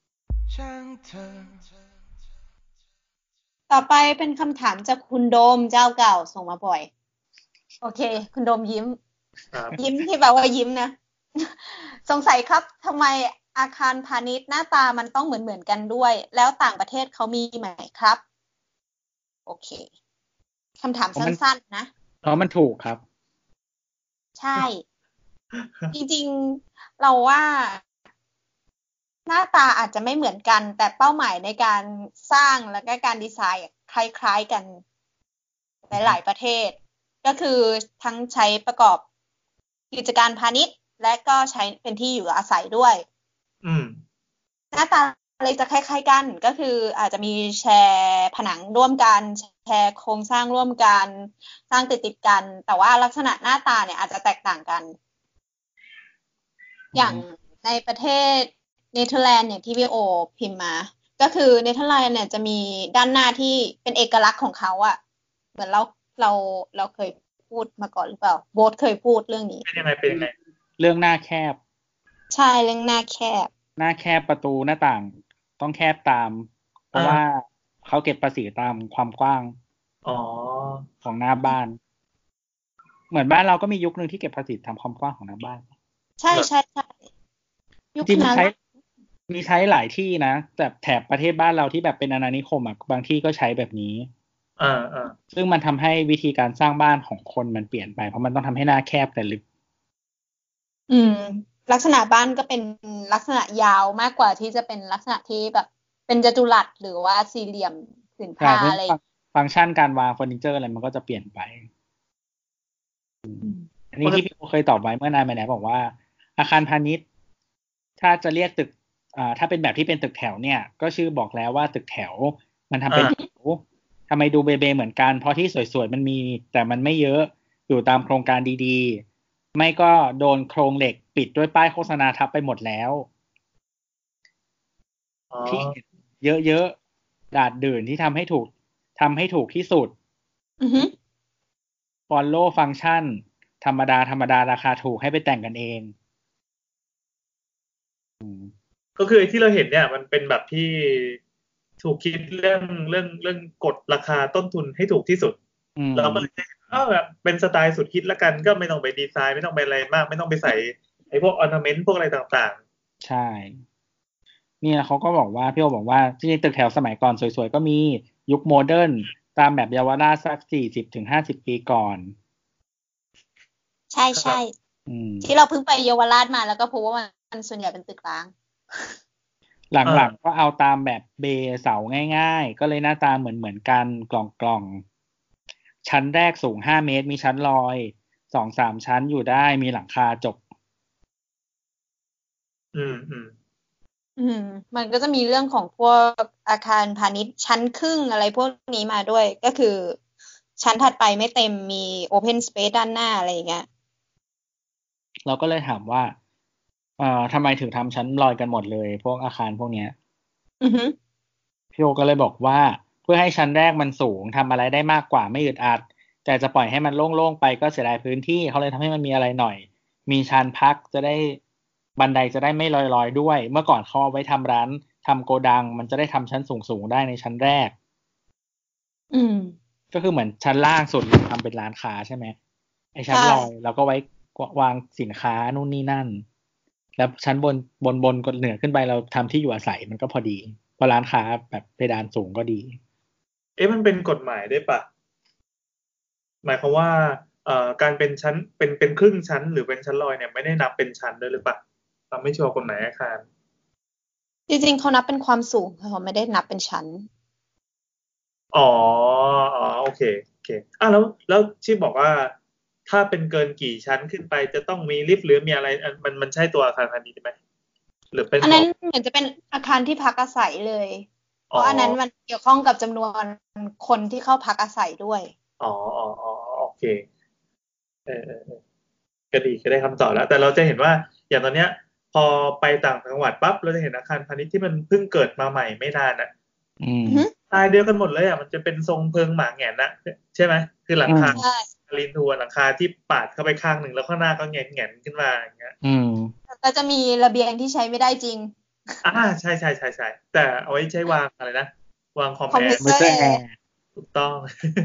ต่อไปเป็นคำถามจากคุณโดมเจ้าเก่าส่งมาบ่อยโอเคคุณโดมยิ้มยิ้มที่แปลว่ายิ้มนะสงสัยครับทำไมอาคารพาณิชย์หน้าตามันต้องเหมือนเหมือนกันด้วยแล้วต่างประเทศเขามีไหมครับโอเคคำถามสั้นๆนะเพราะมันถูกครับใช่จริงๆเราว่าหน้าตาอาจจะไม่เหมือนกันแต่เป้าหมายในการสร้างและก็การดีไซน์คล้ายๆกันหลายๆประเทศก็คือทั้งใช้ประกอบกิจการพาณิชย์และก็ใช้เป็นที่อยู่อาศัยด้วยอืมหน้าตาเลยจะคล้ายๆกันก็คืออาจจะมีแชร์ผนังร่วมกันแชร์โครงสร้างร่วมกันสร้างติดๆกันแต่ว่าลักษณะหน้าตาเนี่ยอาจจะแตกต่างกันอย่างในประเทศเนเธอร์แลนด์อย่างที่พี่โอพิมพ์มาก็คือเนเธอร์แลนด์เนี่ยจะมีด้านหน้าที่เป็นเอกลักษณ์ของเขาอะเหมือนเราเราเราเคยพูดมาก่อนหรือเปล่าโบ๊ทเคยพูดเรื่องนี้เป็นยังไงเป็นยังไงเรื่องหน้าแคบใช่เรื่องหน้าแคบหน้าแคบประตูหน้าต่างต้องแคบตามเพราะว่าเขาเก็บภาษีตามความกว้างอ๋อของหน้าบ้านเหมือนบ้านเราก็มียุคนึงที่เก็บภาษีตามความกว้างของหน้าบ้านใช่ใช่ใช่ยุคนั้นใช้มีใช้หลายที่นะแต่แถบประเทศบ้านเราที่แบบเป็นอาณานิคมอ่ะบางที่ก็ใช้แบบนี้อ่าอ่าซึ่งมันทำให้วิธีการสร้างบ้านของคนมันเปลี่ยนไปเพราะมันต้องทำให้หน้าแคบแต่ลึกอืมลักษณะบ้านก็เป็นลักษณะยาวมากกว่าที่จะเป็นลักษณะที่แบบเป็นจัตุรัสหรือว่าสี่เหลี่ยมผืนผ้าอะไรฟังก์ชันการวางเฟอร์นิเจอร์อะไรมันก็จะเปลี่ยนไปอันนี้ที่พี่เคยตอบไว้เมื่อนานมาแล้วบอกว่าอาคารพาณิชย์ถ้าจะเรียกตึกอ่าถ้าเป็นแบบที่เป็นตึกแถวเนี่ยก็ชื่อบอกแล้วว่าตึกแถวมันทำเป็นแถวทำไมดูเบเบเหมือนกันเพราะที่สวยๆมันมีแต่มันไม่เยอะอยู่ตามโครงการดีๆไม่ก็โดนโครงเหล็กปิดด้วยป้ายโฆษณาทับไปหมดแล้วที่เยอะๆดาดดื่นที่ทำให้ถูกทำให้ถูกที่สุดfollow ฟังก์ชันธรรมดาธรรมดาราคาถูกให้ไปแต่งกันเองก็คือที่เราเห็นเนี่ยมันเป็นแบบที่ถูกคิดเรื่องเรื่องเรื่องกดราคาต้นทุนให้ถูกที่สุดเราก็เลยเออแบบเป็นสไตล์สุดฮิตละกันก็ไม่ต้องไปดีไซน์ไม่ต้องไปอะไรมากไม่ต้องไปใส่ไอ้พวกออร์นาเมนต์พวกอะไรต่างๆใช่นี่เขาก็บอกว่าพี่โอบอกว่าจริงๆตึกแถวสมัยก่อนสวยๆก็มียุคโมเดิร์นตามแบบเยาวราชสักสี่สิบถึงห้าสิบปีก่อนใช่ใช่ที่เราเพิ่งไปเยาวราชมาแล้วก็พบว่ามันส่วนใหญ่เป็นตึกร้างหลังๆก็เอาตามแบบเบเสาง่ายๆก็เลยหน้าตาเหมือนเหมือนกันกล่องชั้นแรกสูงห้าเมตรมีชั้นลอย สองสาม ชั้นอยู่ได้มีหลังคาจบอืมอืมอืมมันก็จะมีเรื่องของพวกอาคารพาณิชย์ชั้นครึ่งอะไรพวกนี้มาด้วยก็คือชั้นถัดไปไม่เต็มมีโอเพนสเปซด้านหน้าอะไรอย่างเงี้ยเราก็เลยถามว่าเอ่อทำไมถึงทำชั้นลอยกันหมดเลยพวกอาคารพวกเนี้ยอือฮึพี่โอก็เลยบอกว่าเพื่อให้ชั้นแรกมันสูงทำอะไรได้มากกว่าไม่อึดอัดแต่จะปล่อยให้มันโล่งๆไปก็เสียดายพื้นที่เขาเลยทำให้มันมีอะไรหน่อยมีชานพักจะได้บันไดจะได้ไม่ลอยๆด้วยเมื่อก่อนเขาเอาไว้ทำร้านทำโกดังมันจะได้ทำชั้นสูงๆได้ในชั้นแรกอืมก็คือเหมือนชั้นล่างสุดทำเป็นร้านค้าใช่ไหมไอ้ชั้นลอยเราก็ไว้วางสินค้านู่นนี่นั่นแล้วชั้นบนบนบนก็เหนือขึ้นไปเราทำที่อยู่อาศัยมันก็พอดีเพราะร้านค้าแบบเพดานสูงก็ดีเอ๊ะมันเป็นกฎหมายได้ปะหมายความว่าเอ่อการเป็นชั้นเป็นเป็นครึ่งชั้นหรือเป็นชั้นลอยเนี่ยไม่ได้นับเป็นชั้นด้วยหรือปะเราไม่ชัวร์กฎหมายอาคารจริงๆเขานับเป็นความสูงเขาไม่ได้นับเป็นชั้นอ๋ออ๋อโอเคโอเคอ่ะแล้วแล้วที่บอกว่าถ้าเป็นเกินกี่ชั้นขึ้นไปจะต้องมีลิฟต์หรือมีอะไรอันมันมันใช่ตัวอาคารพาณิชย์ไหมหรือเป็นอันนั้นของเหมือนจะเป็นอาคารที่พักอาศัยเลยเพอ๋อราะอันนั้นมันเกี่ยวข้องกับจำนวนคนที่เข้าพักอาศัยด้วยอ๋ออ๋ออ๋อโอเคเออเออเออก็ดีก็ได้คำตอบแล้วแต่เราจะเห็นว่าอย่างตอนเนี้ยพอไปต่างจังหวัดปั๊บเราจะเห็นอาคารพาณิชย์ที่มันเพิ่งเกิดมาใหม่ไม่นานอ่ะอืมสไตล์เดียวกันหมดเลยอ่ะมันจะเป็นทรงเพิงหมาแหง่นนะใช่ไหมคือหลังคาใช่ลินทัวร์หลังคาที่ปาดเข้าไปข้างหนึ่งแล้วข้างหน้าก็แงนแงนขึ้นมาอย่างเงี้ยอืมก็จะมีระเบียงที่ใช้ไม่ได้จริงอ่าใช่ใช่ใช่ใช่แต่เอาไว้ใช้วางอะไรนะวางคอมคอมเพรสแอร์ไม่ใช่แอเซอร์แอร์ร์ถูกต้อง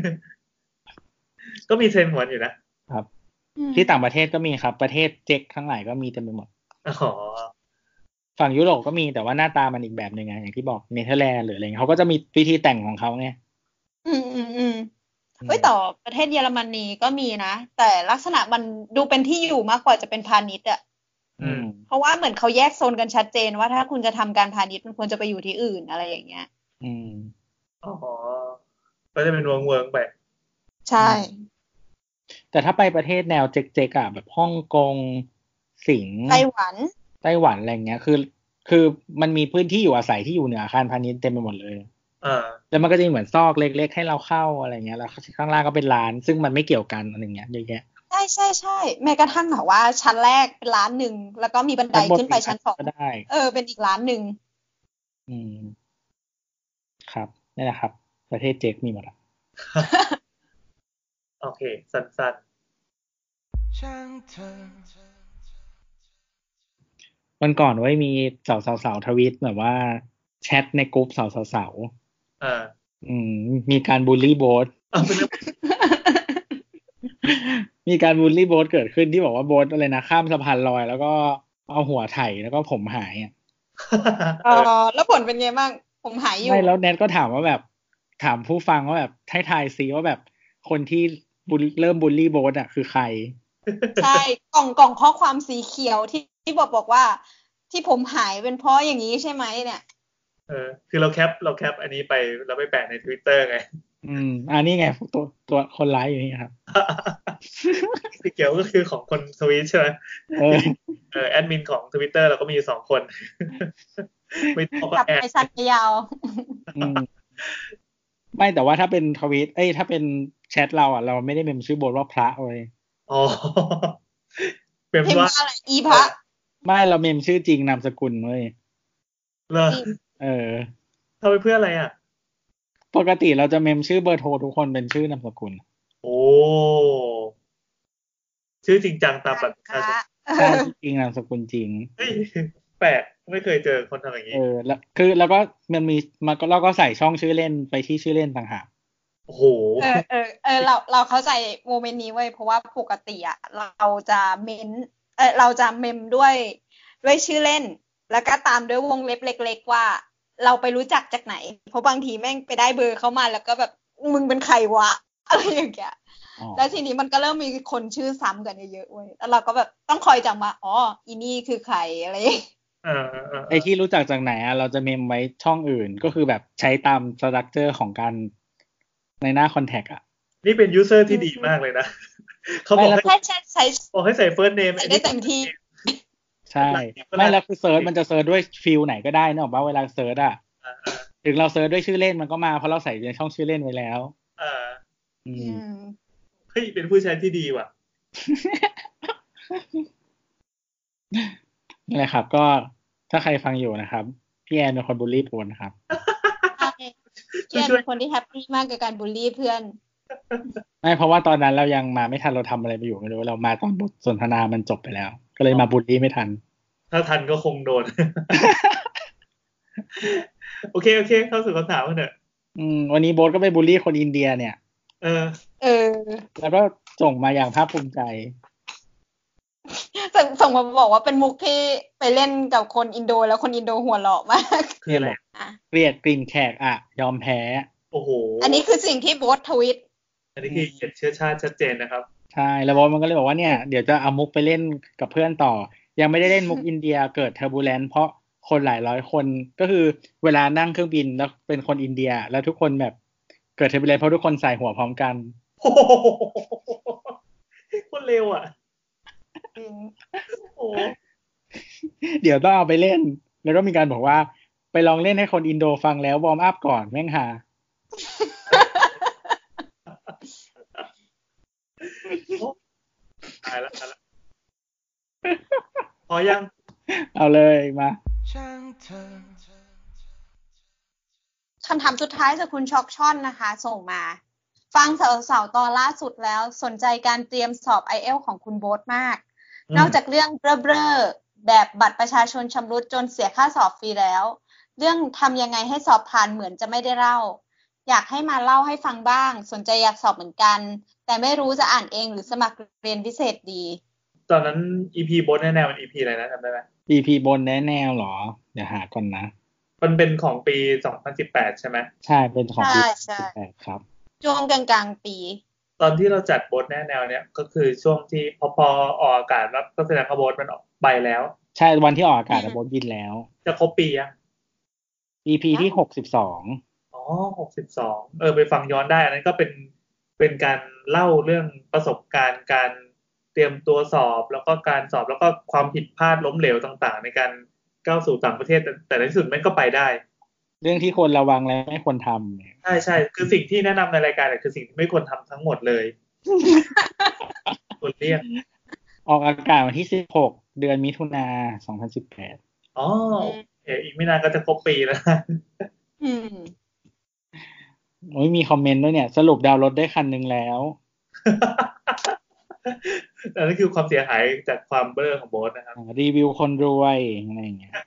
ก็มีเทรนด์หัวนอยู่นะครับที่ต่างประเทศก็มีครับประเทศเจ๊กทั้งหลายก็มีเต็มไปหมดอ๋อฝั่งยุโรปก็มีแต่ว่าหน้าตามันอีกแบบหนึ่งไงอย่างที่บอกเนเธอร์แลนด์หรืออะไรเงี้ยเขาก็จะมีวิธีแต่งของเขาไงอืมอืมอืมอืเฮ้ยแต่มประเทศเยอรมนีก็มีนะแต่ลักษณะมันดูเป็นที่อยู่มากกว่าจะเป็นพาณิชย์อ่ะอืมเพราะว่าเหมือนเขาแยกโซนกันชัดเจนว่าถ้าคุณจะทำการพาณิชย์มันควรจะไปอยู่ที่อื่นอะไรอย่างเงี้ยอืมอ๋อก็จะเป็นเวิร์กเวิร์กไปใช่แต่ถ้าไปประเทศแนวเจ๊กๆอ่ะแบบฮ่องกงสิงห์ไต้หวันไต้หวันอะไรเงี้ยคือคือมันมีพื้นที่อยู่อาศัยที่อยู่เหนืออาคารพาณิชย์เต็มไปหมดเลยอ่าแล้วมันก็จะมีเหมือนซอกเล็กๆให้เราเข้าอะไรเงี้ยแล้วข้างล่างก็เป็นร้านซึ่งมันไม่เกี่ยวกันอะไรเงี้ยเยอะแยะใช่ใช่ใช่แม้กระทั่งแบบว่าชั้นแรกเป็นร้านหนึ่งแล้วก็มีบันไดชั้นบนขึ้นอีกร้านไปชั้นสองก็ได้เออเป็นอีกร้านหนึ่งอืมครับนี่แหละครับประเทศเจ๊กมีหมดอ่ะโอเคสั้นวันก่อนไว้มีสาวสาวสาวทวิตแบบว่าแชทในกลุ่มสาวสาวสาวๆอ่าอืมมีการบูลลี่โบ๊ทเอาเป็นเรื่องมีการบูลลี่โบ๊ทเกิดขึ้นที่บอกว่าโบ๊ทอะไรนะข้ามสะพานลอยแล้วก็เอาหัวไถแล้วก็ผมหายอ่ะเออแล้วผลเป็นไงบ้างผมหายอยู่ไม่แล้วแนทก็ถามว่าแบบถามผู้ฟังว่าแบบให้ทายซิว่าแบบคนที่บูลเริ่มบูลลี่โบ๊ทอ่ะคือใครใช่กล่องกล่องข้อความสีเขียวที่ที่บอกบอกว่าที่ผมหายเป็นเพราะอย่างนี้ใช่ไหมเนี่ยเออคือเราแคปเราแคปอันนี้ไปเราไปแปะใน Twitter ไงอืมอันนี้ไงตัวตัวคนร้ายอยู่นี่ครับสีเขียวก็คือของคนทวีตใช่ไหมเออเออแอดมินของ Twitter เราก็มีสองคนไม่ต้องก็กลับแอดไปสั้นไปยาวอืมไม่แต่ว่าถ้าเป็นทวีตเอ้ยถ้าเป็นแชทเราอ่ะเราไม่ได้เมมชื่อโบทว่าพระเลยอ๋อเป็นพิมพ์ว่าว่าอะไรอีพระไม่เราเมมชื่อจริงนามสกุลเว้ยเหรอเออทำไปเพื่ออะไรอ่ะปกติเราจะเมมชื่อเบอร์โทรทุกคนเป็นชื่อนามสกุลโอ้ชื่อจริงจังตามบัตรประชาชนใช่ชื่อจริงนามสกุลจริงเฮ้ยแปลกไม่เคยเจอคนทำอย่างเอนี้อแล้วคือแล้วก็มันมีมันก็เราก็ใส่ช่องชื่อเล่นไปที่ชื่อเล่นต่างหากโอ้โหเออเออเออเราเราเข้าใจโมเมนต์นี้เว้ยเพราะว่าปกติอะเราจะเมนเออเราจะเมมด้วยด้วยชื่อเล่นแล้วก็ตามด้วยวงเล็บเล็กๆว่าเราไปรู้จักจากไหนเพราะบางทีแม่งไปได้เบอร์เข้ามาแล้วก็แบบมึงเป็นใครวะอะไรอย่างเงี้ยแล้วทีนี้มันก็เริ่มมีคนชื่อซ้ำกันเยอะๆเว้ยแล้วเราก็แบบต้องคอยจำว่าอ๋ออีนี่คือใครอะไรอ่าอ่าไอที่รู้จักจากไหนอ่ะเราจะเมมไว้ช่องอื่นก็คือแบบใช้ตามสตรัคเจอร์ของการในหน้าคอนแทคอ่ะนี่เป็นยูเซอร์ที่ดีมากเลยนะเขาบอกให้ใช้ใช้บอกให้ใส่ first name ได้เต็มที่ใช่ไม่แล้วคือเซิร์ชมันจะเซิร์ชด้วยฟิลไหนก็ได้นะบอกว่าเวลาเซิร์ชอ่ะถึงเราเซิร์ชด้วยชื่อเล่นมันก็มาเพราะเราใส่ในช่องชื่อเล่นไว้แล้วอ่าอืมเฮ้ยเป็นผู้ใช้ที่ดีว่ะนี่แหละครับก็ถ้าใครฟังอยู่นะครับพี่แอนเป็นคนบูลลี่โพนครับพี่แอนเป็นคนที่แฮปปี้มากกับการบูลลี่เพื่อนไม่เพราะว่าตอนนั้นเรายังมาไม่ทันเราทำอะไรไปอยู่ไม่รู้เรามาตอนบทสนทนามันจบไปแล้วก็เลยมาบูลลี่ไม่ทันถ้าทันก็คงโดน โอเคโอเคเข้าสู่คำถามกันเถอะอืมวันนี้โบ๊ทก็ไปบูลลี่คนอินเดียเนี่ยเออเออแล้วก็ส่งมาอย่างภาคภูมิใจส่งส่งมาบอกว่าเป็นมุกที่ไปเล่นกับคนอินโดแล้วคนอินโดหัวเราะมากคืออะไรเกลียดกลิ่นแขกอ่ะยอมแพ้โอ้โหอันนี้คือสิ่งที่โบ๊ททวิตอันนี้คือเหยียดเชื้อชาติชัดเจนนะครับใช่แล้วโบ๊ทมันก็เลยบอกว่าเนี่ยเดี๋ยวจะเอามุกไปเล่นกับเพื่อนต่อยังไม่ได้เล่นมุกอินเดียเกิดเทอร์บูเลนซ์เพราะคนหลายร้อยคนก็คือเวลานั่งเครื่องบินแล้วเป็นคนอินเดียแล้วทุกคนแบบเกิดเทอร์บูเลนซ์เพราะทุกคนใส่หัวพร้อมกันโอ้โหคนเร็วอ่ะโอ้เดี๋ยวต้องเอาไปเล่นแล้วก็มีการบอกว่าไปลองเล่นให้คนอินโดฟังแล้ววอร์มอัพก่อนแม่งหาตายแล้วตายแล้วพอยังเอาเลยมาคำถามสุดท้ายจากคุณช็อกช่อนนะคะส่งมาฟังสาวๆตอนล่าสุดแล้วสนใจการเตรียมสอบ ไอ เอล ของคุณโบ๊ทมากนอกจากเรื่องเบ้อๆแบบบัตรประชาชนชำรุดจนเสียค่าสอบฟรีแล้วเรื่องทำยังไงให้สอบผ่านเหมือนจะไม่ได้เล่าอยากให้มาเล่าให้ฟังบ้างสนใจอยากสอบเหมือนกันแต่ไม่รู้จะอ่านเองหรือสมัครเรียนพิเศษดีตอนนั้น อี พี บนแน่ๆมัน อี พี อะไรนะจำได้ไหมอี พี บนแน่ๆหรอเดี๋ยวหาก่อนนะมันเป็นของปีสองพันสิบแปดใช่ไหมใช่เป็นของปีสองพันสิบแปดครับช่วงกลางๆปีตอนที่เราจัดบทแน่แนวเนี่ยก็คือช่วงที่พอพอออกอากาศแล้วก็แสดงว่าบทมันออกไปแล้วใช่วันที่ออกอากาศบทบินแล้วจะครบปียังอี พี ที่หกสิบสองอ๋อหกสิบสองเออไปฟังย้อนได้อันนั้นก็เป็นเป็นการเล่าเรื่องประสบการณ์การเตรียมตัวสอบแล้วก็การสอบแล้วก็ความผิดพลาดล้มเหลวต่างๆในการก้าวสู่ต่างประเทศแต่ในที่สุดมันก็ไปได้เรื่องที่ควรระวังและไม่ควรทำใช่ใช่คือสิ่งที่แนะนำในรายการคือสิ่งที่ไม่ควรทำทั้งหมดเลยควรเรียกออกอากาศวันที่สิบหกเดือนมิถุนายนสองพันสิบแปดอ๋อเอออีกไม่นานก็จะครบปีแล้วอืมโอ้ยมีคอมเมนต์ด้วยเนี่ยสรุปดาวน์รถได้คันนึงแล้วอันนั้นคือความเสียหายจากความเบลอของโบ๊ทนะครับรีวิวคนรวยอะไรอย่างเงี้ย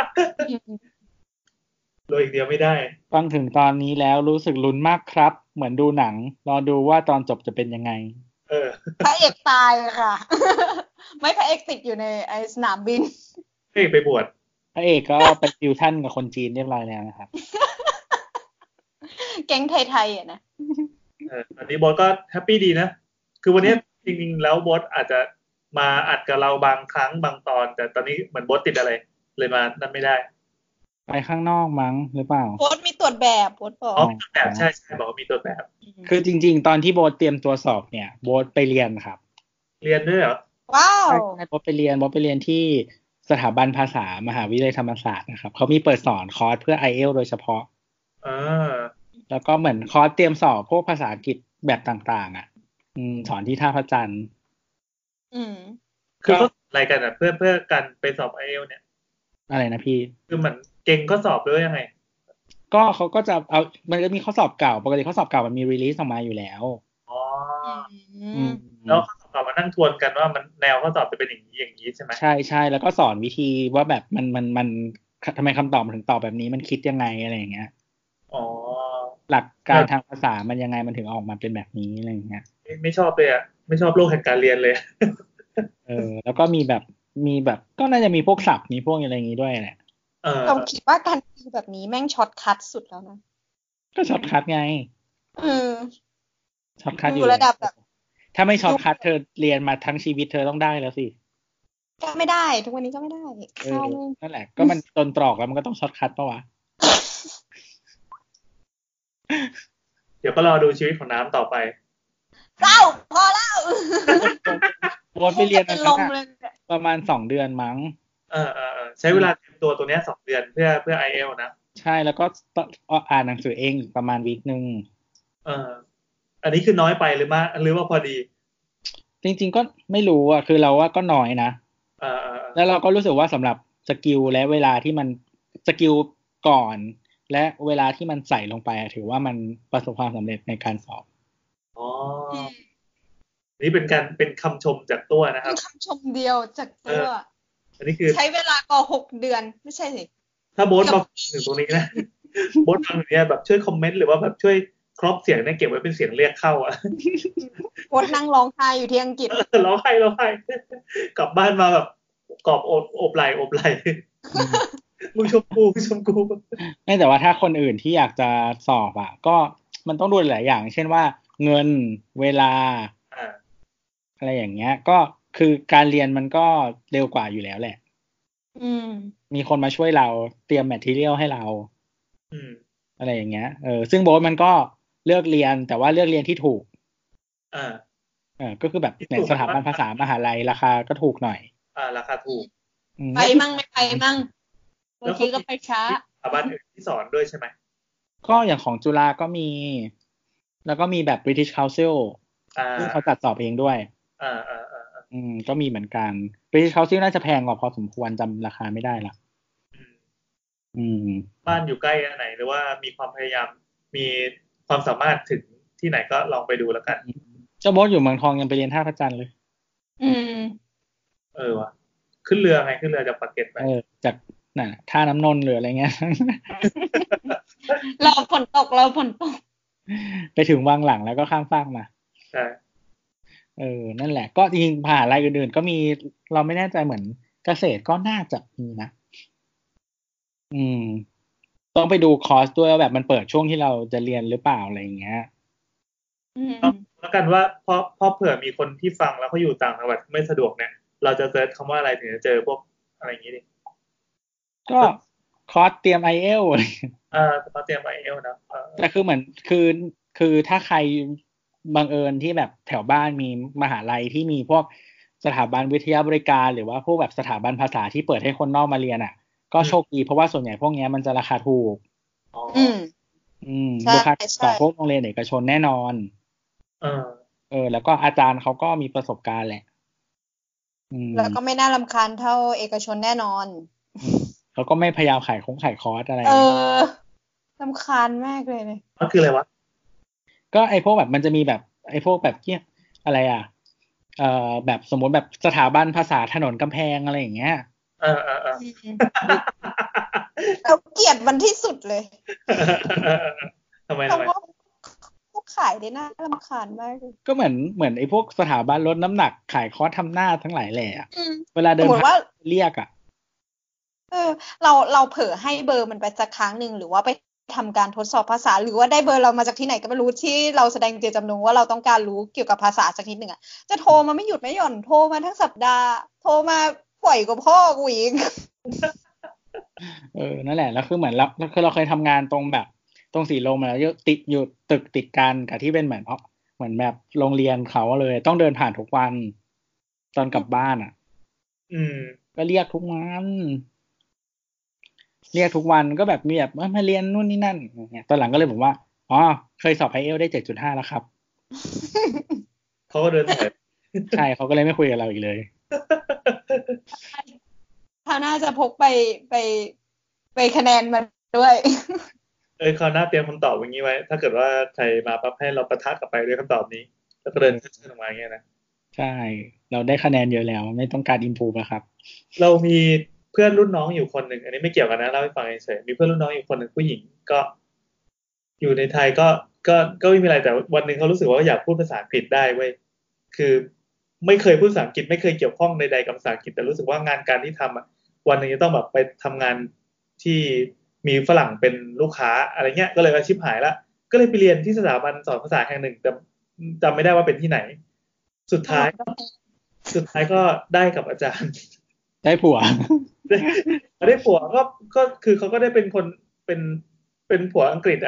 รวยอีกเดียวไม่ได้ฟังถึงตอนนี้แล้วรู้สึกลุ้นมากครับเหมือนดูหนังรอดูว่าตอนจบจะเป็นยังไงเออพระเอกตายค่ะไม่พระเอกติดอยู่ในไอ้สนามบินพระเอกไปบวชพระเอกก็ไปฟิวชั่นกับคนจีนเรียบร้อยแล้วนะครับแก๊งไทยๆอ่ะนะเอออันนี้โบ๊ทก็แฮปปี้ดีนะคือวันนี้จริงๆแล้วโบ๊ทอาจจะมาอัดกับเราบางครั้งบางตอนแต่ตอนนี้เหมือนโบ๊ทติดอะไรเลยมานั่นไม่ได้ไปข้างนอกมั้งหรือเปล่าโบ๊ทมีตรวจแบบโบ๊ทบอกอ๋อมีตรวจแบบใช่ใช่บอกว่ามีตรวจแบบคือจริงๆตอนที่โบ๊ทเตรียมตัวสอบเนี่ยโบ๊ทไปเรียนครับเรียนด้วยเหรอว้าวใช่โบ๊ทไปเรียนโบ๊ทไปเรียนที่สถาบันภาษามหาวิทยาลัยธรรมศาสตร์นะครับเขามีเปิดสอนคอร์สเพื่อ ไอ เอล โดยเฉพาะเออแล้วก็เหมือนคอร์สเตรียมสอบพวกภาษาอังกฤษแบบต่างๆอ่ะอืมสอนที่ท่าพระจันทร์อืมคือเขาอะไรกันอ่ะเพื่อเพื่อการไปสอบ ไอ เอล เนี่ยอะไรนะพี่คือเหมือนเก่งข้อสอบด้วยยังไงก็เขาก็จะเอามันก็มีข้อสอบเก่าปกติข้อสอบเก่ามันมีรีลีสออกมาอยู่แล้วอ๋อแล้วข้อสอบเก่ามานั่งทวนกันว่ามันแนวข้อสอบจะเป็นอย่างนี้อย่างนี้ใช่ไหมใช่ใช่แล้วก็สอนวิธีว่าแบบมันมันมันทำไมคำตอบมันถึงตอบแบบนี้มันคิดยังไงอะไรอย่างเงี้ยอ๋อหลักการทางภาษามันยังไงมันถึงออกมาเป็นแบบนี้อะไรอย่างเงี้ยไม่ชอบเลยอ่ะไม่ชอบโลกแห่งการเรียนเลยเออแล้วก็มีแบบมีแบบก็น่าจะมีพวกศัพท์มีพวกอะไรอย่างงี้ด้วยแหละเราคิดว่าการดูแบบนี้แม่งช็อตคัทสุดแล้วนะก็ช็อตคัทไงเออช็อตคัทอยู่ระดับแบบถ้าไม่ช็อตคัทเธอเรียนมาทั้งชีวิตเธอต้องได้แล้วสิก็ไม่ได้ทุกวันนี้ก็ไม่ได้เออนั่นแหละก็มันจนตรอกแล้วมันก็ต้องช็อตคัทป่ะวะเดี๋ยวก็รอดูชีวิตของน้ำต่อไปเจ้าพอแล้วโบ๊ทไปเรียนเป็นอันลนั้นมอะเลยประมาณสองเดือนมั้งเออเออเออใช้เวลาเตรียมตัวตัวเนี้ยสองเดือนเพื่อเพื่อ ไอ เอล นะใช่แล้วก็ต้องอ่านหนังสือเองอีกประมาณวีคนึงเอออันนี้คือน้อยไปหรือมากหรือว่าพอดีจริงๆก็ไม่รู้อ่ะคือเราว่าก็น้อยนะเออเออแล้วเราก็รู้สึกว่าสำหรับสกิลและเวลาที่มันสกิลก่อนและเวลาที่มันใส่ลงไปถือว่ามันประสบความสำเร็จในการสอบอ๋อนี่เป็นการเป็นคำชมจากตัวนะครับคำชมเดียวจากตัวอันนี้คือใช้เวลาก็หกเดือนไม่ใช่สิถ้าโบ๊ทมาถึงตรงนี้นะโบ๊ทฟังอย่างเงี้ยแบบช่วยคอมเมนต์หรือว่าแบบช่วยครอบเสียงเนี่ยเก็บไว้เป็นเสียงเรียกเข้าอ่ะโบ๊ทนั่งร้องไห้อยู่ที่อังกฤษร้องไห้ร้องไห้กลับบ้านมาแบบกอบอบอบไหลอบไหลมึงชมกูชมกูไม่แต่ว่าถ้าคนอื่นที่อยากจะสอบอ่ะก็มันต้องดูหลายอย่างเช่นว่าเงินเวลาอะไรอย่างเงี้ยก็คือการเรียนมันก็เร็วกว่าอยู่แล้วแหละอืมมีคนมาช่วยเราเตรียมแมททีเรียลให้เราอืมอะไรอย่างเงี้ยเออซึ่งโบ๊ทมันก็เลือกเรียนแต่ว่าเลือกเรียนที่ถูกอ่าเออก็คือแบบเนี่ยสถาบันภาษามหาลัยราคาก็ถูกหน่อยอ่าราคาถูกไปมั่งไม่ไปมั่งบางทีก็ไปช้าสถาบันอื่นที่สอนด้วยใช่ไหมก็อย่างของจุฬาก็มีแล้วก็มีแบบ British Council ซึ่งเขาจัดสอบเองด้วยอ่าอ่าอ่าอืมก็มีเหมือนกัน British Council น่าจะแพงกว่าพอสมควรจำราคาไม่ได้ละอืมบ้านอยู่ใกล้ไหนหรือว่ามีความพยายามมีความสามารถถึงที่ไหนก็ลองไปดูแล้วกันเจ้าโบ๊ทอยู่เมืองทองยังไปเรียนท่าพระจันทร์เลยอืมเออว่ะขึ้นเรือไงขึ้นเรือจากปากเกร็ดไปเออจากน่ะท่าน้ำนนท์หรืออะไรเงี้ยรอฝนตกรอฝนตกไปถึงวังหลังแล้วก็ข้ามฟากมาใช่เออนั่นแหละก็จริงๆมหาลัยอื่นๆก็มีเราไม่แน่ใจเหมือนเกษตรก็น่าจะมีนะอืมต้องไปดูคอร์สด้วยว่าแบบมันเปิดช่วงที่เราจะเรียนหรือเปล่าอะไรอย่างเงี้ยอืมแล้วกันว่าพอพอเผื่อมีคนที่ฟังแล้วเขาอยู่ต่างจังหวัดไม่สะดวกเนี่ยเราจะเซิร์ชคำว่าอะไรถึงจะเจอพวกอะไรอย่างงี้ดิก็คอร์สเตรียม ไอ เอลอ่าคอร์สเตรียม ไอ เอล นะแต่คือเหมือนคือคือถ้าใครบังเอิญที่แบบแถวบ้านมีมหาลัยที่มีพวกสถาบันวิทยาบริการหรือว่าพวกแบบสถาบันภาษาที่เปิดให้คนนอกมาเรียนอ่ะก็โชคดีเพราะว่าส่วนใหญ่พวกนี้มันจะราคาถูกอืมอืมดูค่าต่อพวกโรงเรียนเอกชนแน่นอนเออเออแล้วก็อาจารย์เขาก็มีประสบการณ์แหละแล้วก็ไม่น่ารำคาญเท่าเอกชนแน่นอนเขาก็ไม่พยายามขายของขายคอร์สอะไรเออรำคาญมากเลยเลยมันคืออะไรวะก็ไอพวกแบบมันจะมีแบบไอพวกแบบเนี้ยอะไรอ่ะเอ่อแบบสมมติแบบสถาบันภาษาถนนกำแพงอะไรอย่างเงี้ยเออเออเออเราเกลียดมันที่สุดเลยทำไมทำไมพวกขายได้น่ารำคาญมากเลยก็เหมือนเหมือนไอพวกสถาบันลดน้ำหนักขายคอร์สทำหน้าทั้งหลายแหล่เวลาเดินผ่านเรียกอ่ะเออเราเราเผลอให้เบอร์มันไปสักครั้งหนึ่งหรือว่าไปทำการทดสอบภาษาหรือว่าได้เบอร์เรามาจากที่ไหนก็ไม่รู้ที่เราแสดงเจตจำนงว่าเราต้องการรู้เกี่ยวกับภาษาสักนิดหนึ่งอ่ะจะโทรมาไม่หยุดไม่หย่อนโทรมาทั้งสัปดาห์โทรมาปล่อยกับพ่อกูอีกเออนั่นแหละแล้วคือเหมือนเราคือเราเคยทำงานตรงแบบตรงสีลมแล้วติดอยู่ตึกติดกันกับที่เป็นเหมือนเพราะเหมือนแบบโรงเรียนเขาเลยต้องเดินผ่านทุกวันตอนกลับบ้านอ่ะอืมก็เรียกทุกวันเรียกทุกวันก็แบบมีแบบมาเรียนนู่นนี่นั่นเนี่ยตอนหลังก็เลยบอกว่าอ๋อเคยสอบ ไอ เอล ได้ เจ็ดจุดห้า แล้วครับเขาก็เดินถอยใช่เขาก็เลยไม่คุยกับเราอีกเลยเขาน่าจะพกไปไปไปคะแนนมาด้วยเอ้ยเขาหน้าเตรียมคำตอบอย่างนี้ไว้ถ้าเกิดว่าใครมาปั๊บให้เราประทะกลับไปด้วยคำตอบนี้แล้วก็เดินขึ้นออกมาอย่างเงี้ยนะใช่เราได้คะแนนเยอะแล้วไม่ต้องการอิมพูฟแล้วครับเรามีเพื่อนรุ่นน้องอยู่คนหนึ่งอันนี้ไม่เกี่ยวกันนะเล่าให้ฟังเฉยๆมีเพื่อนรุ่นน้องอยู่คนหนึ่งผู้หญิงก็อยู่ในไทยก็ก็ก็ไม่มีอะไรแต่วันหนึ่งเขารู้สึกว่าอยากพูดภาษาอังกฤษได้เว้ยคือไม่เคยพูดภาษาอังกฤษไม่เคยเกี่ยวข้องใดๆกับภาษาอังกฤษแต่รู้สึกว่างานการที่ทำอ่ะวันหนึ่งจะต้องแบบไปทำงานที่มีฝรั่งเป็นลูกค้าอะไรเงี้ยก็เลยว่าชิบหายละก็เลยไปเรียนที่สถาบันสอนภาษาแห่งหนึ่งแต่จำไม่ได้ว่าเป็นที่ไหนสุดท้ายสุดท้ายก็ได้กับอาจารย์ได้ผัวได้ได้ผัวก็ก็คือเขาก็ได้เป็นคนเป็นเป็นผัวอังกฤษอ่ะ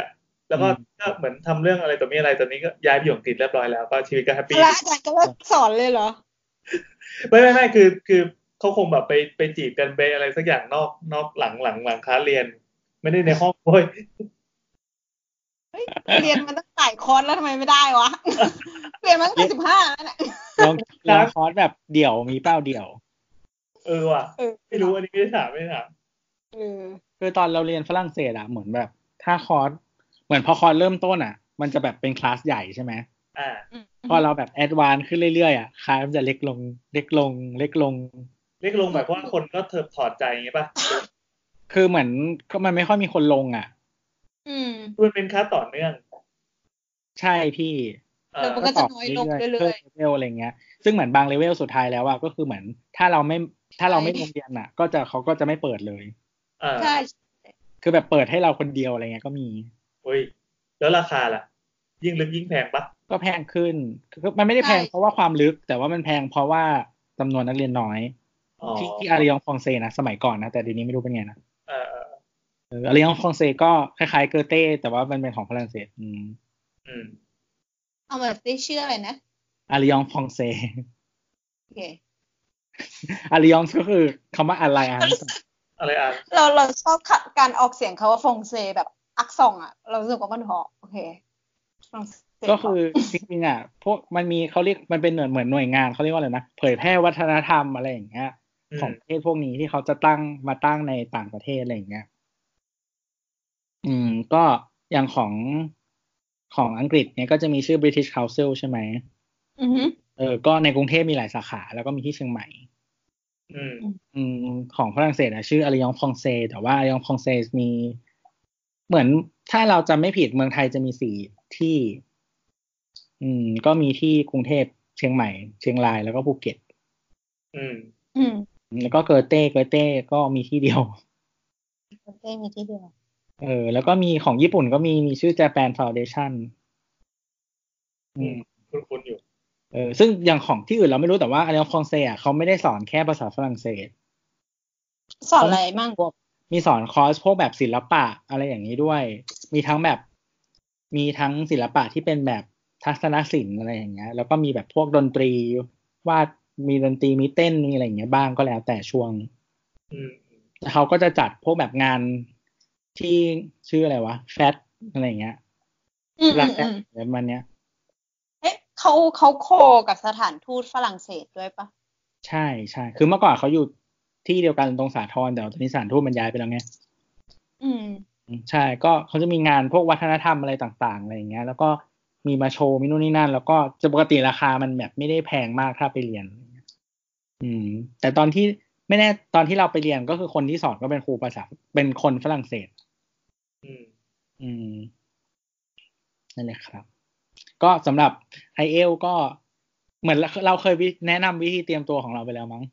แล้วก็ก็เหมือนทำเรื่องอะไรตัวนี้อะไรตัวนี้ก็ย้ายไปอยู่อังกฤษเรียบร้อยแล้วก็ชีวิตก็แฮปปี้แล้วอาจารย์ก็เลิกสอนเลยเหรอไม่ไม่ไม่คือคือเขาคงแบบไปไปจีบกันไปอะไรสักอย่างนอกนอกหลังหลังหลังคลาสเรียนไม่ได้ในห้องด้วยเฮ้ยเรียนมันต้องหลายคอร์สแล้วทำไมไม่ได้วะเรียนมาตั้งแต่สิบห้าแล้วเนี่ยลองลองคอร์สแบบเดี่ยวมีเป้าเดี่ยวเออว่ะไม่รู้อันนี้ไม่ได้ถามไม่ได้ถามเออคือตอนเราเรียนฝรั่งเศสอะเหมือนแบบถ้าคอร์สเหมือนพอคอร์สเริ่มต้นอะมันจะแบบเป็นคลาสใหญ่ใช่ไหมอ่าพอเราแบบแอดวานซ์ขึ้นเรื่อยๆอะคลาสมันจะเล็กลงเล็กลงเล็กลงเล็กลงหมายความว่าคนก็เถิบถอดใจอย่างงี้ป่ะคือเหมือนก็มันไม่ค่อยมีคนลงอ่ะอืมมันเป็นคลาสต่อเนื่องใช่พี่แล้วมันก็จะน้อยลงเรื่อยๆเลเวลอะไรเงี้ยซึ่งเหมือนบางเลเวลสุดท้ายแล้วอะก็คือเหมือนถ้าเราไม่ถ้าเราไม่ลงเรียนอะก็จะเขาก็จะไม่เปิดเลยใช่คือแบบเปิดให้เราคนเดียวอะไรเงี้ยก็มีอุ้ยแล้วราคาล่ะยิ่งลึกยิ่งแพงปะก็แพงขึ้นคือมันไม่ได้แพงเพราะว่าความลึกแต่ว่ามันแพงเพราะว่าจำนวนนักเรียนน้อยที่ที่อาริยองฟองเซนะสมัยก่อนนะแต่เดี๋ยวนี้ไม่รู้เป็นไงนะเออเอออาริยองฟองเซก็คล้ายๆเกอเต้แต่ว่ามันเป็นของฝรั่งเศสอืมอืมเอาแบบได้ชื่ออะไรนะอาริยองฟองเซโอเคอาริยองก็คือคำว่าอะไรอ่ะอะไรอ่ะเราเราชอบการออกเสียงเขาว่าฟงเซแบบอักซองอ่ะเรารู้สึกว่ามันหอโอเคก็คือจริงๆอ่ะพวกมันมีเขาเรียกมันเป็นเหมือนเหมือนหน่วยงานเขาเรียกว่าอะไรนะเผยแพร่วัฒนธรรมอะไรอย่างเงี้ยของประเทศพวกนี้ที่เขาจะตั้งมาตั้งในต่างประเทศอะไรอย่างเงี้ยอืมก็อย่างของของอังกฤษเนี่ยก็จะมีชื่อ British Council ใช่ไหมอือฮึเออก็ในกรุงเทพมีหลายสาขาแล้วก็มีที่เชียงใหม่อืมอืมของฝรั่งเศสอ่ะชื่ออาริยองฟองเซแต่ว่าอาริยองฟองเซมีเหมือนถ้าเราจำไม่ผิดเมืองไทยจะมีสี่ที่อืมก็มีที่กรุงเทพเชียงใหม่เชียงรายแล้วก็ภูเก็ตอืมอืมแล้วก็เกอเต้เกอเต้ก็มีที่เดียวเกอเต้มีที่เดียวเออแล้วก็มีของญี่ปุ่นก็มีมีชื่อ Japan Foundation อืมคุ้นๆอยู่เออซึ่งอย่างของที่อื่นเราไม่รู้แต่ว่าอาริยองฟองเซอ่ะเขาไม่ได้สอนแค่ภาษาฝรั่งเศสสอนอะไรมั่งพวกมีสอนคอร์สพวกแบบศิลปะอะไรอย่างนี้ด้วยมีทั้งแบบมีทั้งศิลปะที่เป็นแบบทัศนศิลป์อะไรอย่างเงี้ยแล้วก็มีแบบพวกดนตรีวาดมีดนตรีมีเต้นมีอะไรอย่างเงี้ยบ้างก็แล้วแต่ช่วงอืมแล้วเขาก็จะจัดพวกแบบงานที่ชื่ออะไรวะแฟตอะไรอย่างเงี้ยอืมอืมอืมแบบมันเนี้ยเอ๊ะเขาเขาโคกับสถานทูตฝรั่งเศสด้วยปะใช่ใช่คือเมื่อก่อนเขาอยู่ที่เดียวกันตรงสาทรแต่ตอนนี้สถานทูตมันย้ายไปแล้วไงอืมใช่ก็เขาจะมีงานพวกวัฒนธรรมอะไรต่างๆอะไรอย่างเงี้ยแล้วก็มีมาโชว์มีนู่นนี่นั่นแล้วก็จะปกติราคามันแบบไม่ได้แพงมากถ้าไปเรียนอืมแต่ตอนที่ไม่แน่ตอนที่เราไปเรียนก็คือคนที่สอนก็เป็นครูภาษาเป็นคนฝรั่งเศสอืมอืมนั่นแหละครับก็สำหรับ ไอ เอล ก็เหมือนเราเคยแนะนำวิธีเตรียมตัวของเราไปแล้วมั้ง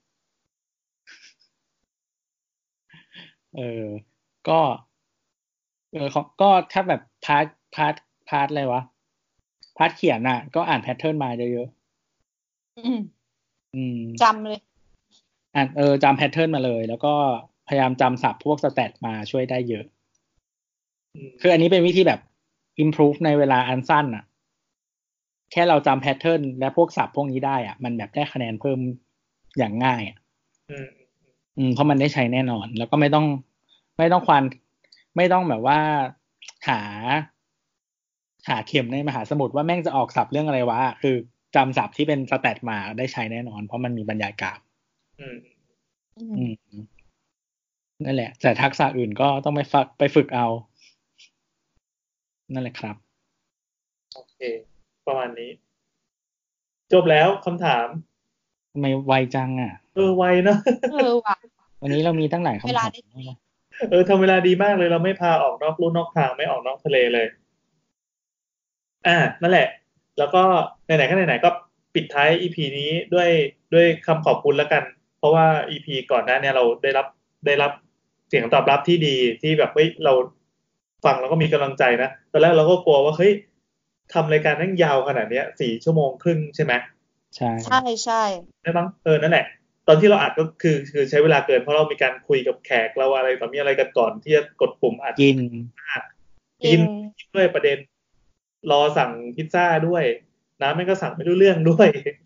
เออก็เออก็ถ้าแบบพาร์ทพาร์ทพาร์ทอะไรวะพาร์ทเขียนอ่ะก็อ่านแพทเทิร์นมาเยอะๆอืมอืมจำเลยอ่านเออจำแพทเทิร์นมาเลยแล้วก็พยายามจำศัพท์พวกสแตทมาช่วยได้เยอะคืออันนี้เป็นวิธีแบบ improve ในเวลาอันสั้นอ่ะแค่เราจำแพทเทิร์นและพวกศัพท์พวกนี้ได้อ่ะมันแบบได้คะแนนเพิ่มอย่างง่ายอ่ะอืมอืมเพราะมันได้ใช้แน่นอนแล้วก็ไม่ต้องไม่ต้องควานไม่ต้องแบบว่าหาหาเข็มในมหาสมุทรว่าแม่งจะออกศัพท์เรื่องอะไรวะคือจำศัพท์ที่เป็นสแตทมาได้ใช้แน่นอนเพราะมันมีบรรยายกราฟอืมอืมนั่นแหละแต่ทักษะอื่นก็ต้องไปฝึกไปฝึกเอานั่นแหละครับโอเคประมาณนี้จบแล้วคำถามทำไมไวจังอ่ะเออไวนะเออว่ะวันนี้เรามีตั้งหลายคำถามเออทำเวลาดีมากเลยเราไม่พาออกนอกลู่นอกทางไม่ออกนอกทะเลเลยอ่านั่นแหละแล้วก็ไหนๆก็ไหนๆก็ปิดท้าย อี พี นี้ด้วยด้วยคำขอบคุณแล้วกันเพราะว่า อี พี ก่อนหน้านี้เราได้รับได้รับเสียงตอบรับที่ดีที่แบบเฮ้ยเราฟังแล้วก็มีกำลังใจนะตอนแรกเราก็กลัวว่าเฮ้ยทำรายการนั่งยาวขนาดเนี้ยสี่ชั่วโมงครึ่งใช่ไหมใช่ใช่ใช่ใช่มั้งเออนั่นแหละตอนที่เราอัดก็คือคือใช้เวลาเกินเพราะเรามีการคุยกับแขกเราอะไรต่อมีอะไรกันก่อนที่จะกดปุ่มอัดกินกินด้วยประเด็นรอสั่งพิซซ่าด้วยน้ำแม่งก็สั่งไม่รู้เรื่องด้วย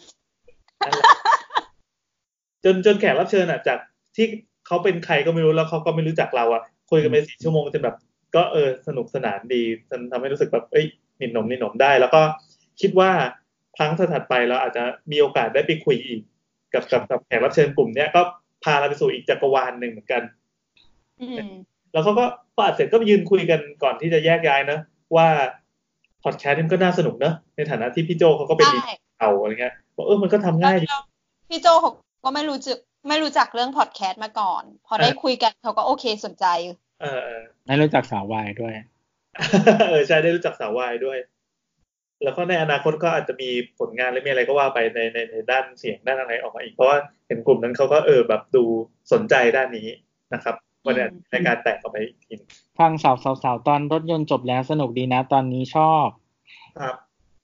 จนจนแขกรับเชิญอ่ะจากที่เขาเป็นใครก็ไม่รู้แล้วเขาก็ไม่รู้จักเราอ่ะคุยกันไปสี่ชั่วโมงจนแบบก็เออสนุกสนานดีจนทำให้รู้สึกแบบเอ้ยนิดหนมนิดหนมได้แล้วก็คิดว่าครั้งถัดไปเราอาจจะมีโอกาสได้ไปคุยอีกกับกับกับแขกรับเชิญกลุ่มเนี้ยก็พาเราไปสู่อีกจักรวาลหนึ่งเหมือนกันแล้วเขาก็พออัดเสร็จก็ยืนคุยกันก่อนที่จะแยกย้ายนะว่าพอดแคสต์มันก็น่าสนุกเนอะในฐานะที่พี่โจเขาก็เป็นดีเก่าอะไรเงี้ยบอกเออมันก็ทำง่ายดีพี่โจเขาก็ไม่รู้จักไม่รู้จักเรื่องพอดแคสต์มาก่อนพอได้คุยกันเขาก็โอเคสนใจเออได้รู้จักสาววายด้วยเออใช่ได้รู้จักสาววายด้วยแล้วก็ในอนาคตก็อาจจะมีผลงานหรือมีอะไรก็ว่าไปในในในด้านเสียงด้านอะไรออกมาอีกเพราะว่าเห็นกลุ่มนั้นเขาก็เออแบบดูสนใจด้านนี้นะครับวันนี้ในการแตกออกไปอีกทีฟังสาวสาวตอนรถยนต์จบแล้วสนุกดีนะตอนนี้ชอบครับ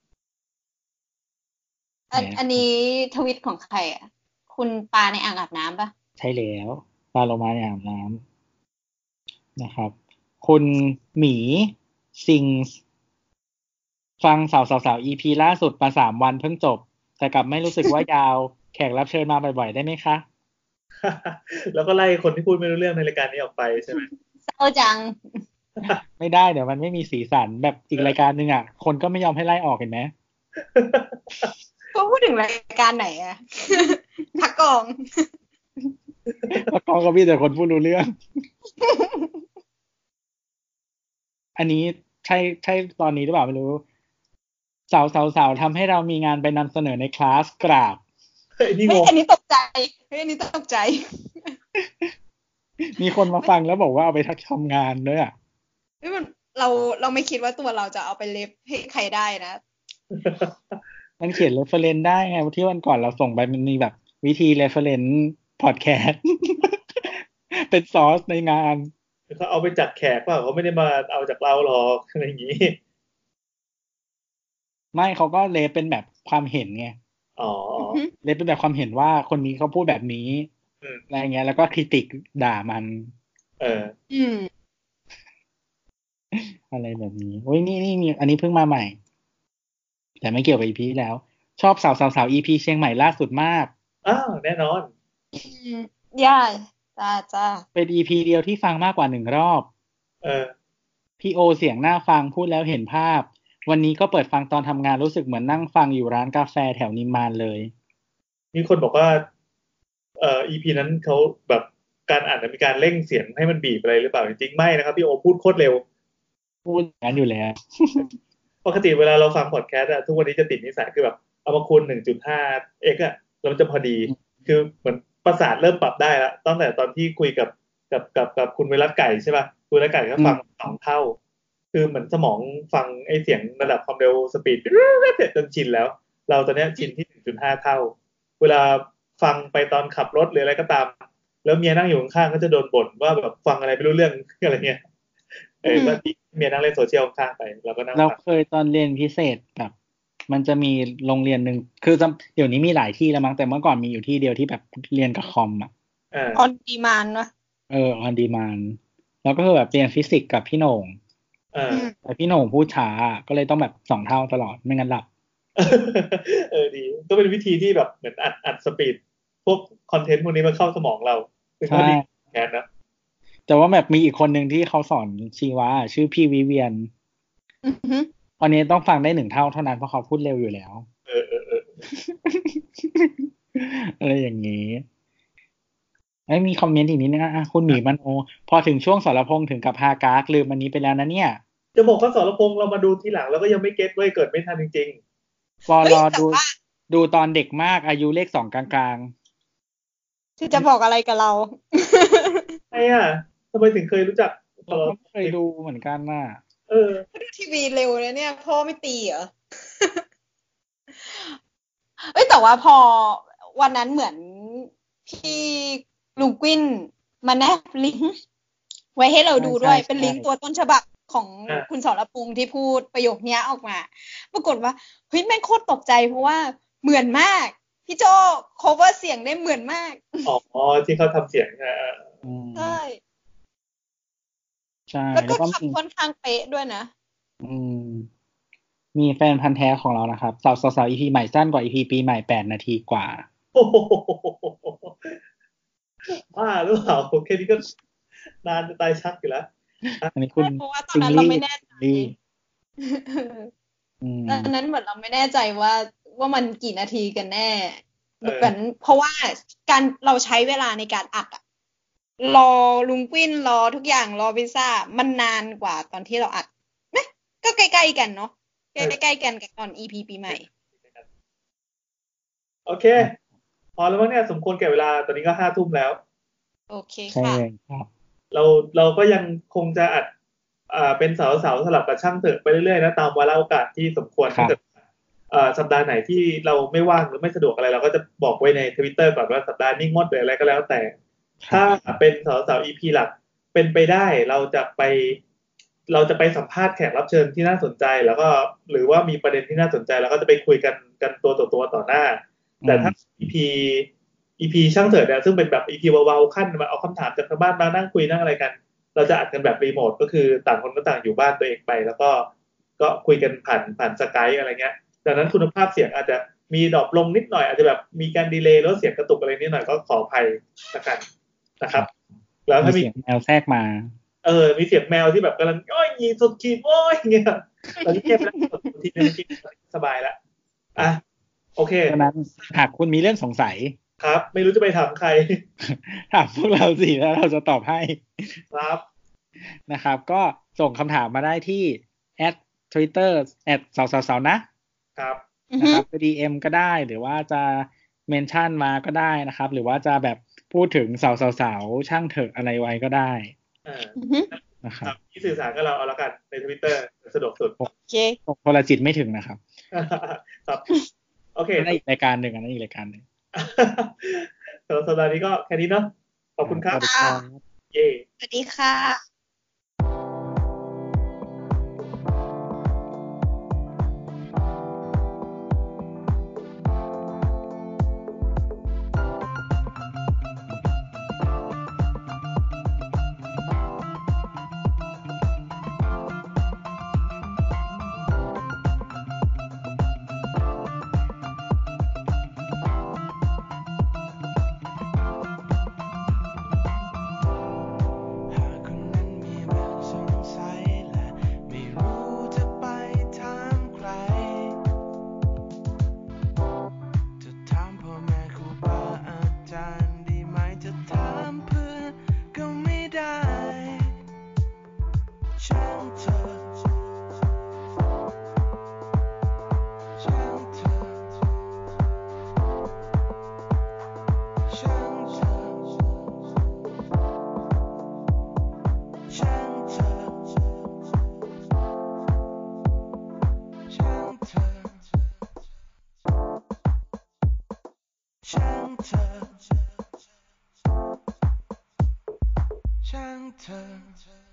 อันอันนี้ทวิตของใครอ่ะคุณปลาในอ่างอาบน้ำปะใช่แล้วปลาโลมาในอ่างอาบน้ำนะครับคุณหมีซิงฟังสาวสาวสาว อี พี ล่าสุดมาสามวันเพิ่งจบแต่กลับไม่รู้สึกว่ายาวแขกรับเชิญมาบ่อยๆได้ไหมคะแล้วก็ไล่คนที่พูดไม่รู้เรื่องในรายการนี้ออกไปใช่ไหมเศร้าจังไม่ได้เดี๋ยวมันไม่มีสีสันแบบอีกรายการนึงอ่ะคนก็ไม่ยอมให้ไล่ออกเห็นไหมพูดถึงรายการไหนอ่ะพักกองพักกองก็มีแต่คนพูดรู้เรื่องอันนี้ใช่ใช่ตอนนี้หรือเปล่าไม่รู้สาวสาวสาวทำให้เรามีงานไปนำเสนอในคลาสกราบเฮ้ยนี่งงอันนี้ตกใจเฮ้ยอันนี้ตกใจมีคนมาฟังแล้วบอกว่าเอาไปทำงานด้วยอ่ะเฮ้ยมันเราเราไม่คิดว่าตัวเราจะเอาไปเล็บให้ใครได้นะมันเขียน reference ได้ไงที่วันก่อนเราส่งไปมันมีแบบวิธี reference podcast เป็นซอสในงานเขาเอาไปจากแขกเปล่าเขาไม่ได้มาเอาจากเราหรอกอะไรอย่างนี้ไม่เขาก็เลฟเป็นแบบความเห็นไงอ๋อเลฟเป็นแบบความเห็นว่าคนนี้เขาพูดแบบนี้อะไรเงี้ยแล้วก็คริติกด่ามันเอออืมอะไรแบบนี้โอ้ยนี่นี่มีอันนี้เพิ่งมาใหม่แต่ไม่เกี่ยวกับ อี พี แล้วชอบสาวสาวสาว อี พี เชียงใหม่ล่าสุดมากอ้าวแน่นอนย่าจ้าจ้าเป็น อี พี เดียวที่ฟังมากกว่าหนึ่งรอบเออพี่โอเสียงน่าฟังพูดแล้วเห็นภาพวันนี้ก็เปิดฟังตอนทำงานรู้สึกเหมือนนั่งฟังอยู่ร้านกาแฟแถวนิมมานเลยมีคนบอกว่าเอ่อ อี พี นั้นเขาแบบการอ่านมีการเร่งเสียงให้มันบีบอะไรหรือเปล่าจริงๆไม่นะครับพี่โอพูดโคตรเร็วพูดอย่างนั้นอยู่แล้วปกติเวลาเราฟังพอดแคสต์อะทุกวันนี้จะติดนิสัยคือแบบเอามาคูณ หนึ่งจุดห้า เอ็กซ์ อะแล้วมันจะพอดีคือเหมือนประสาทเริ่มปรับได้แล้วตั้งแต่ตอนที่คุยกับกับกับกับคุณเวรัตไก่ใช่ป่ะคุณเวรัตไก่ก็ฟังสองเท่าคือเหมือนสมองฟังไอ้เสียงระดับความเร็วสปีดจนชินแล้วเราตอนนี้ชินที่ หนึ่งจุดห้า เท่าเวลาฟังไปตอนขับรถหรืออะไรก็ตามแล้วเมียนั่งอยู่ข้างๆก็จะโดนบ่นว่าแบบฟังอะไรไม่รู้เรื่องอะไรเงี้ยเออก็ที่เมียนั่งเล่นโซเชียลข้างไปเราก็นั่งเราเคยตอนเรียนพิเศษแบบมันจะมีโรงเรียนหนึ่งคือเดี๋ยวนี้มีหลายที่แล้วมั้งแต่เมื่อก่อนมีอยู่ที่เดียวที่แบบเรียนกับคอมอ่ะอ on demand วะเออ on demand แล้วก็คือแบบเรียนฟิสิกส์กับพี่โหน่งแต่พี่โหน่งพูดช้าก็เลยต้องแบบสองเท่าตลอดไม่งั้นหลับเออดีก็เป็นวิธีที่แบบเหมือนอัดอัดสปีดพวกคอนเทนต์พวกนี้มาเข้าสมองเราเป็นข้อดีแค่นะแต่ว่าแบบมีอีกคนหนึ่งที่เขาสอนชีวะชื่อพี่วิเวียนวันนี้ต้องฟังได้หนึ่งเท่าเท่านั้นเพราะเขาพูดเร็วอยู่แล้วเออเออเอออะไรอย่างนี้ไอ้มีคอมเมนต์อีกนิดนึงอ่ะคุณหมีมันโอพอถึงช่วงสรพงษ์ถึงกับฮากากลืมมันนี้ไปแล้วนะเนี่ยจะบอกว่าสรพงษ์เรามาดูทีหลังแล้วก็ยังไม่เก็ตไว้เกิดไม่ทันจริงๆพอรอดูดูตอนเด็กมากอายุเลขสองกลางๆที่จะบอกอะไรกับเราไอ้อ่ะทำไมถึงเคยรู้จักเราเคยดูเหมือนกันน่ะเออดูทีวีเร็วเลยเนี่ยพ่อไม่ตีเหรอเอ้ยแต่ว่าพอวันนั้นเหมือนพี่ลุงกิ้นมาแนบลิงก์ไว้ให้เราดูด้วยเป็นลิงก์ตัวต้นฉบับของคุณสรพงษ์ที่พูดประโยคนี้ออกมาปรากฏว่าเฮ้ยแม่งโคตรตกใจเพราะว่าเหมือนมากพี่โจ cover เสียงได้เหมือนมากอ๋อที่เขาทำเสียงใช่ใช่แล้วแล้ก็วก็ทำมีค่อนข้างเป๊ะด้วยนะอืมมีแฟนพันธุ์แท้ของเรานะครับสาวสาว อี พี ใหม่สั้นกว่า อี พี ปีใหม่แปดนาทีกว่าโอ้โหบ้าหรือเปล่าแค่นี้ก็นานจะตายชักอยู่แล้วอันนี้คุณใช่เพราะว่าตอนซิงนั้นเราลี่ไม่แน่ใจซิงลี่ อืมตอนนั้นเหมือนเราไม่แน่ใจว่าว่ามันกี่นาทีกันแน่เออเหมือนเพราะว่าการเราใช้เวลาในการอัดอะรอลุงปิ้นรอทุกอย่างรอพิซซ่ามันนานกว่าตอนที่เราอัดไหมก็ใกล้ๆกันเนาะใกล้ๆกันกับตอน อี พี ปีใหม่โอเค พอแล้วมั้งเนี่ยสมควรแก่เวลาตอนนี้ก็ห้าทุ่มแล้วโอเคใช่ค่ะครับเราเราก็ยังคงจะอัดอ่าเป็นเสาเสาสลับกับช่างเถอะไปเรื่อยๆนะตามวาระโอกาสที่สมควรครัถ้าบเกิดอ่าสัปดาห์ไหนที่เราไม่ว่างหรือไม่สะดวกอะไรเราก็จะบอกไว้ใน Twitter ก่อนว่าสัปดาห์นี้งดหรืออะไรก็แล้วแต่ครัถ้าบเป็นเสาเสา อี พี หลักเป็นไปได้เราจะไป เราจะไปสัมภาษณ์แขกรับเชิญที่น่าสนใจแล้วก็หรือว่ามีประเด็นที่น่าสนใจแล้วก็จะไปคุยกันกันตัวต่อตัวต่อหน้า แต่ถ้า อี พี อี พี ช่างเถิดเนี่ยซึ่งเป็นแบบ อี พี เบาๆขั้นมาเอาคำถามจากทางบ้านมานั่งคุยนั่งอะไรกัน เราจะอัดกันแบบรีโมทก็คือต่างคนก็ต่างอยู่บ้านตัวเองไป แล้วก็ก็คุยกันผ่านผ่านสกายอะไรเงี้ยดังนั้นคุณภาพเสียงอาจจะมีดรอปลงนิดหน่อยอาจจะแบบมีการดีเลย์แล้วเสียงกระตุกอะไรนิดหน่อยก็ขออภัยละกันนะครับ แล้วมีถ้ามีเสียงแมวแทรกมาเออมีเสียงแมวที่แบบกำลังโอ้ยยีสุดขีดโอ้ยเงี้ยเราเงียบแล้วทีนึงกินสบายละอ่ะโอเคฉะนั้นหากคุณมีเรื่องสงสัยครับ ไม่รู้จะไปถามใครถามพวกเราสิแล้วเราจะตอบให้ครับนะครับ ก็ส่งคำถามมาได้ที่ แอท ทวิตเตอร์ แอท สาวสาวสาวนะครับอือนะฮึครับ ดี เอ็ม ก็ได้หรือว่าจะเมนชั่นมาก็ได้นะครับ หรือว่าจะแบบพูดถึงสาวสาวสาวช่างเถอะอะไรไว้ก็ได้เอออือฮึนะคครัรับ บที่สื่อสารกับเราเอาละกันใน Twitter สะดวกสุดโอเคโทรจิตไม่ถึงนะครับครับ โอเคอันนั้นอีกรายการหนึ่งอันนั้นอีกรายการหนึ่งสำหรับสัปดาห์นี้ก็แค่นี้เนาะขอบคุณครับสวัสดีครับเย้สวัสดีค่ะช่างเธอ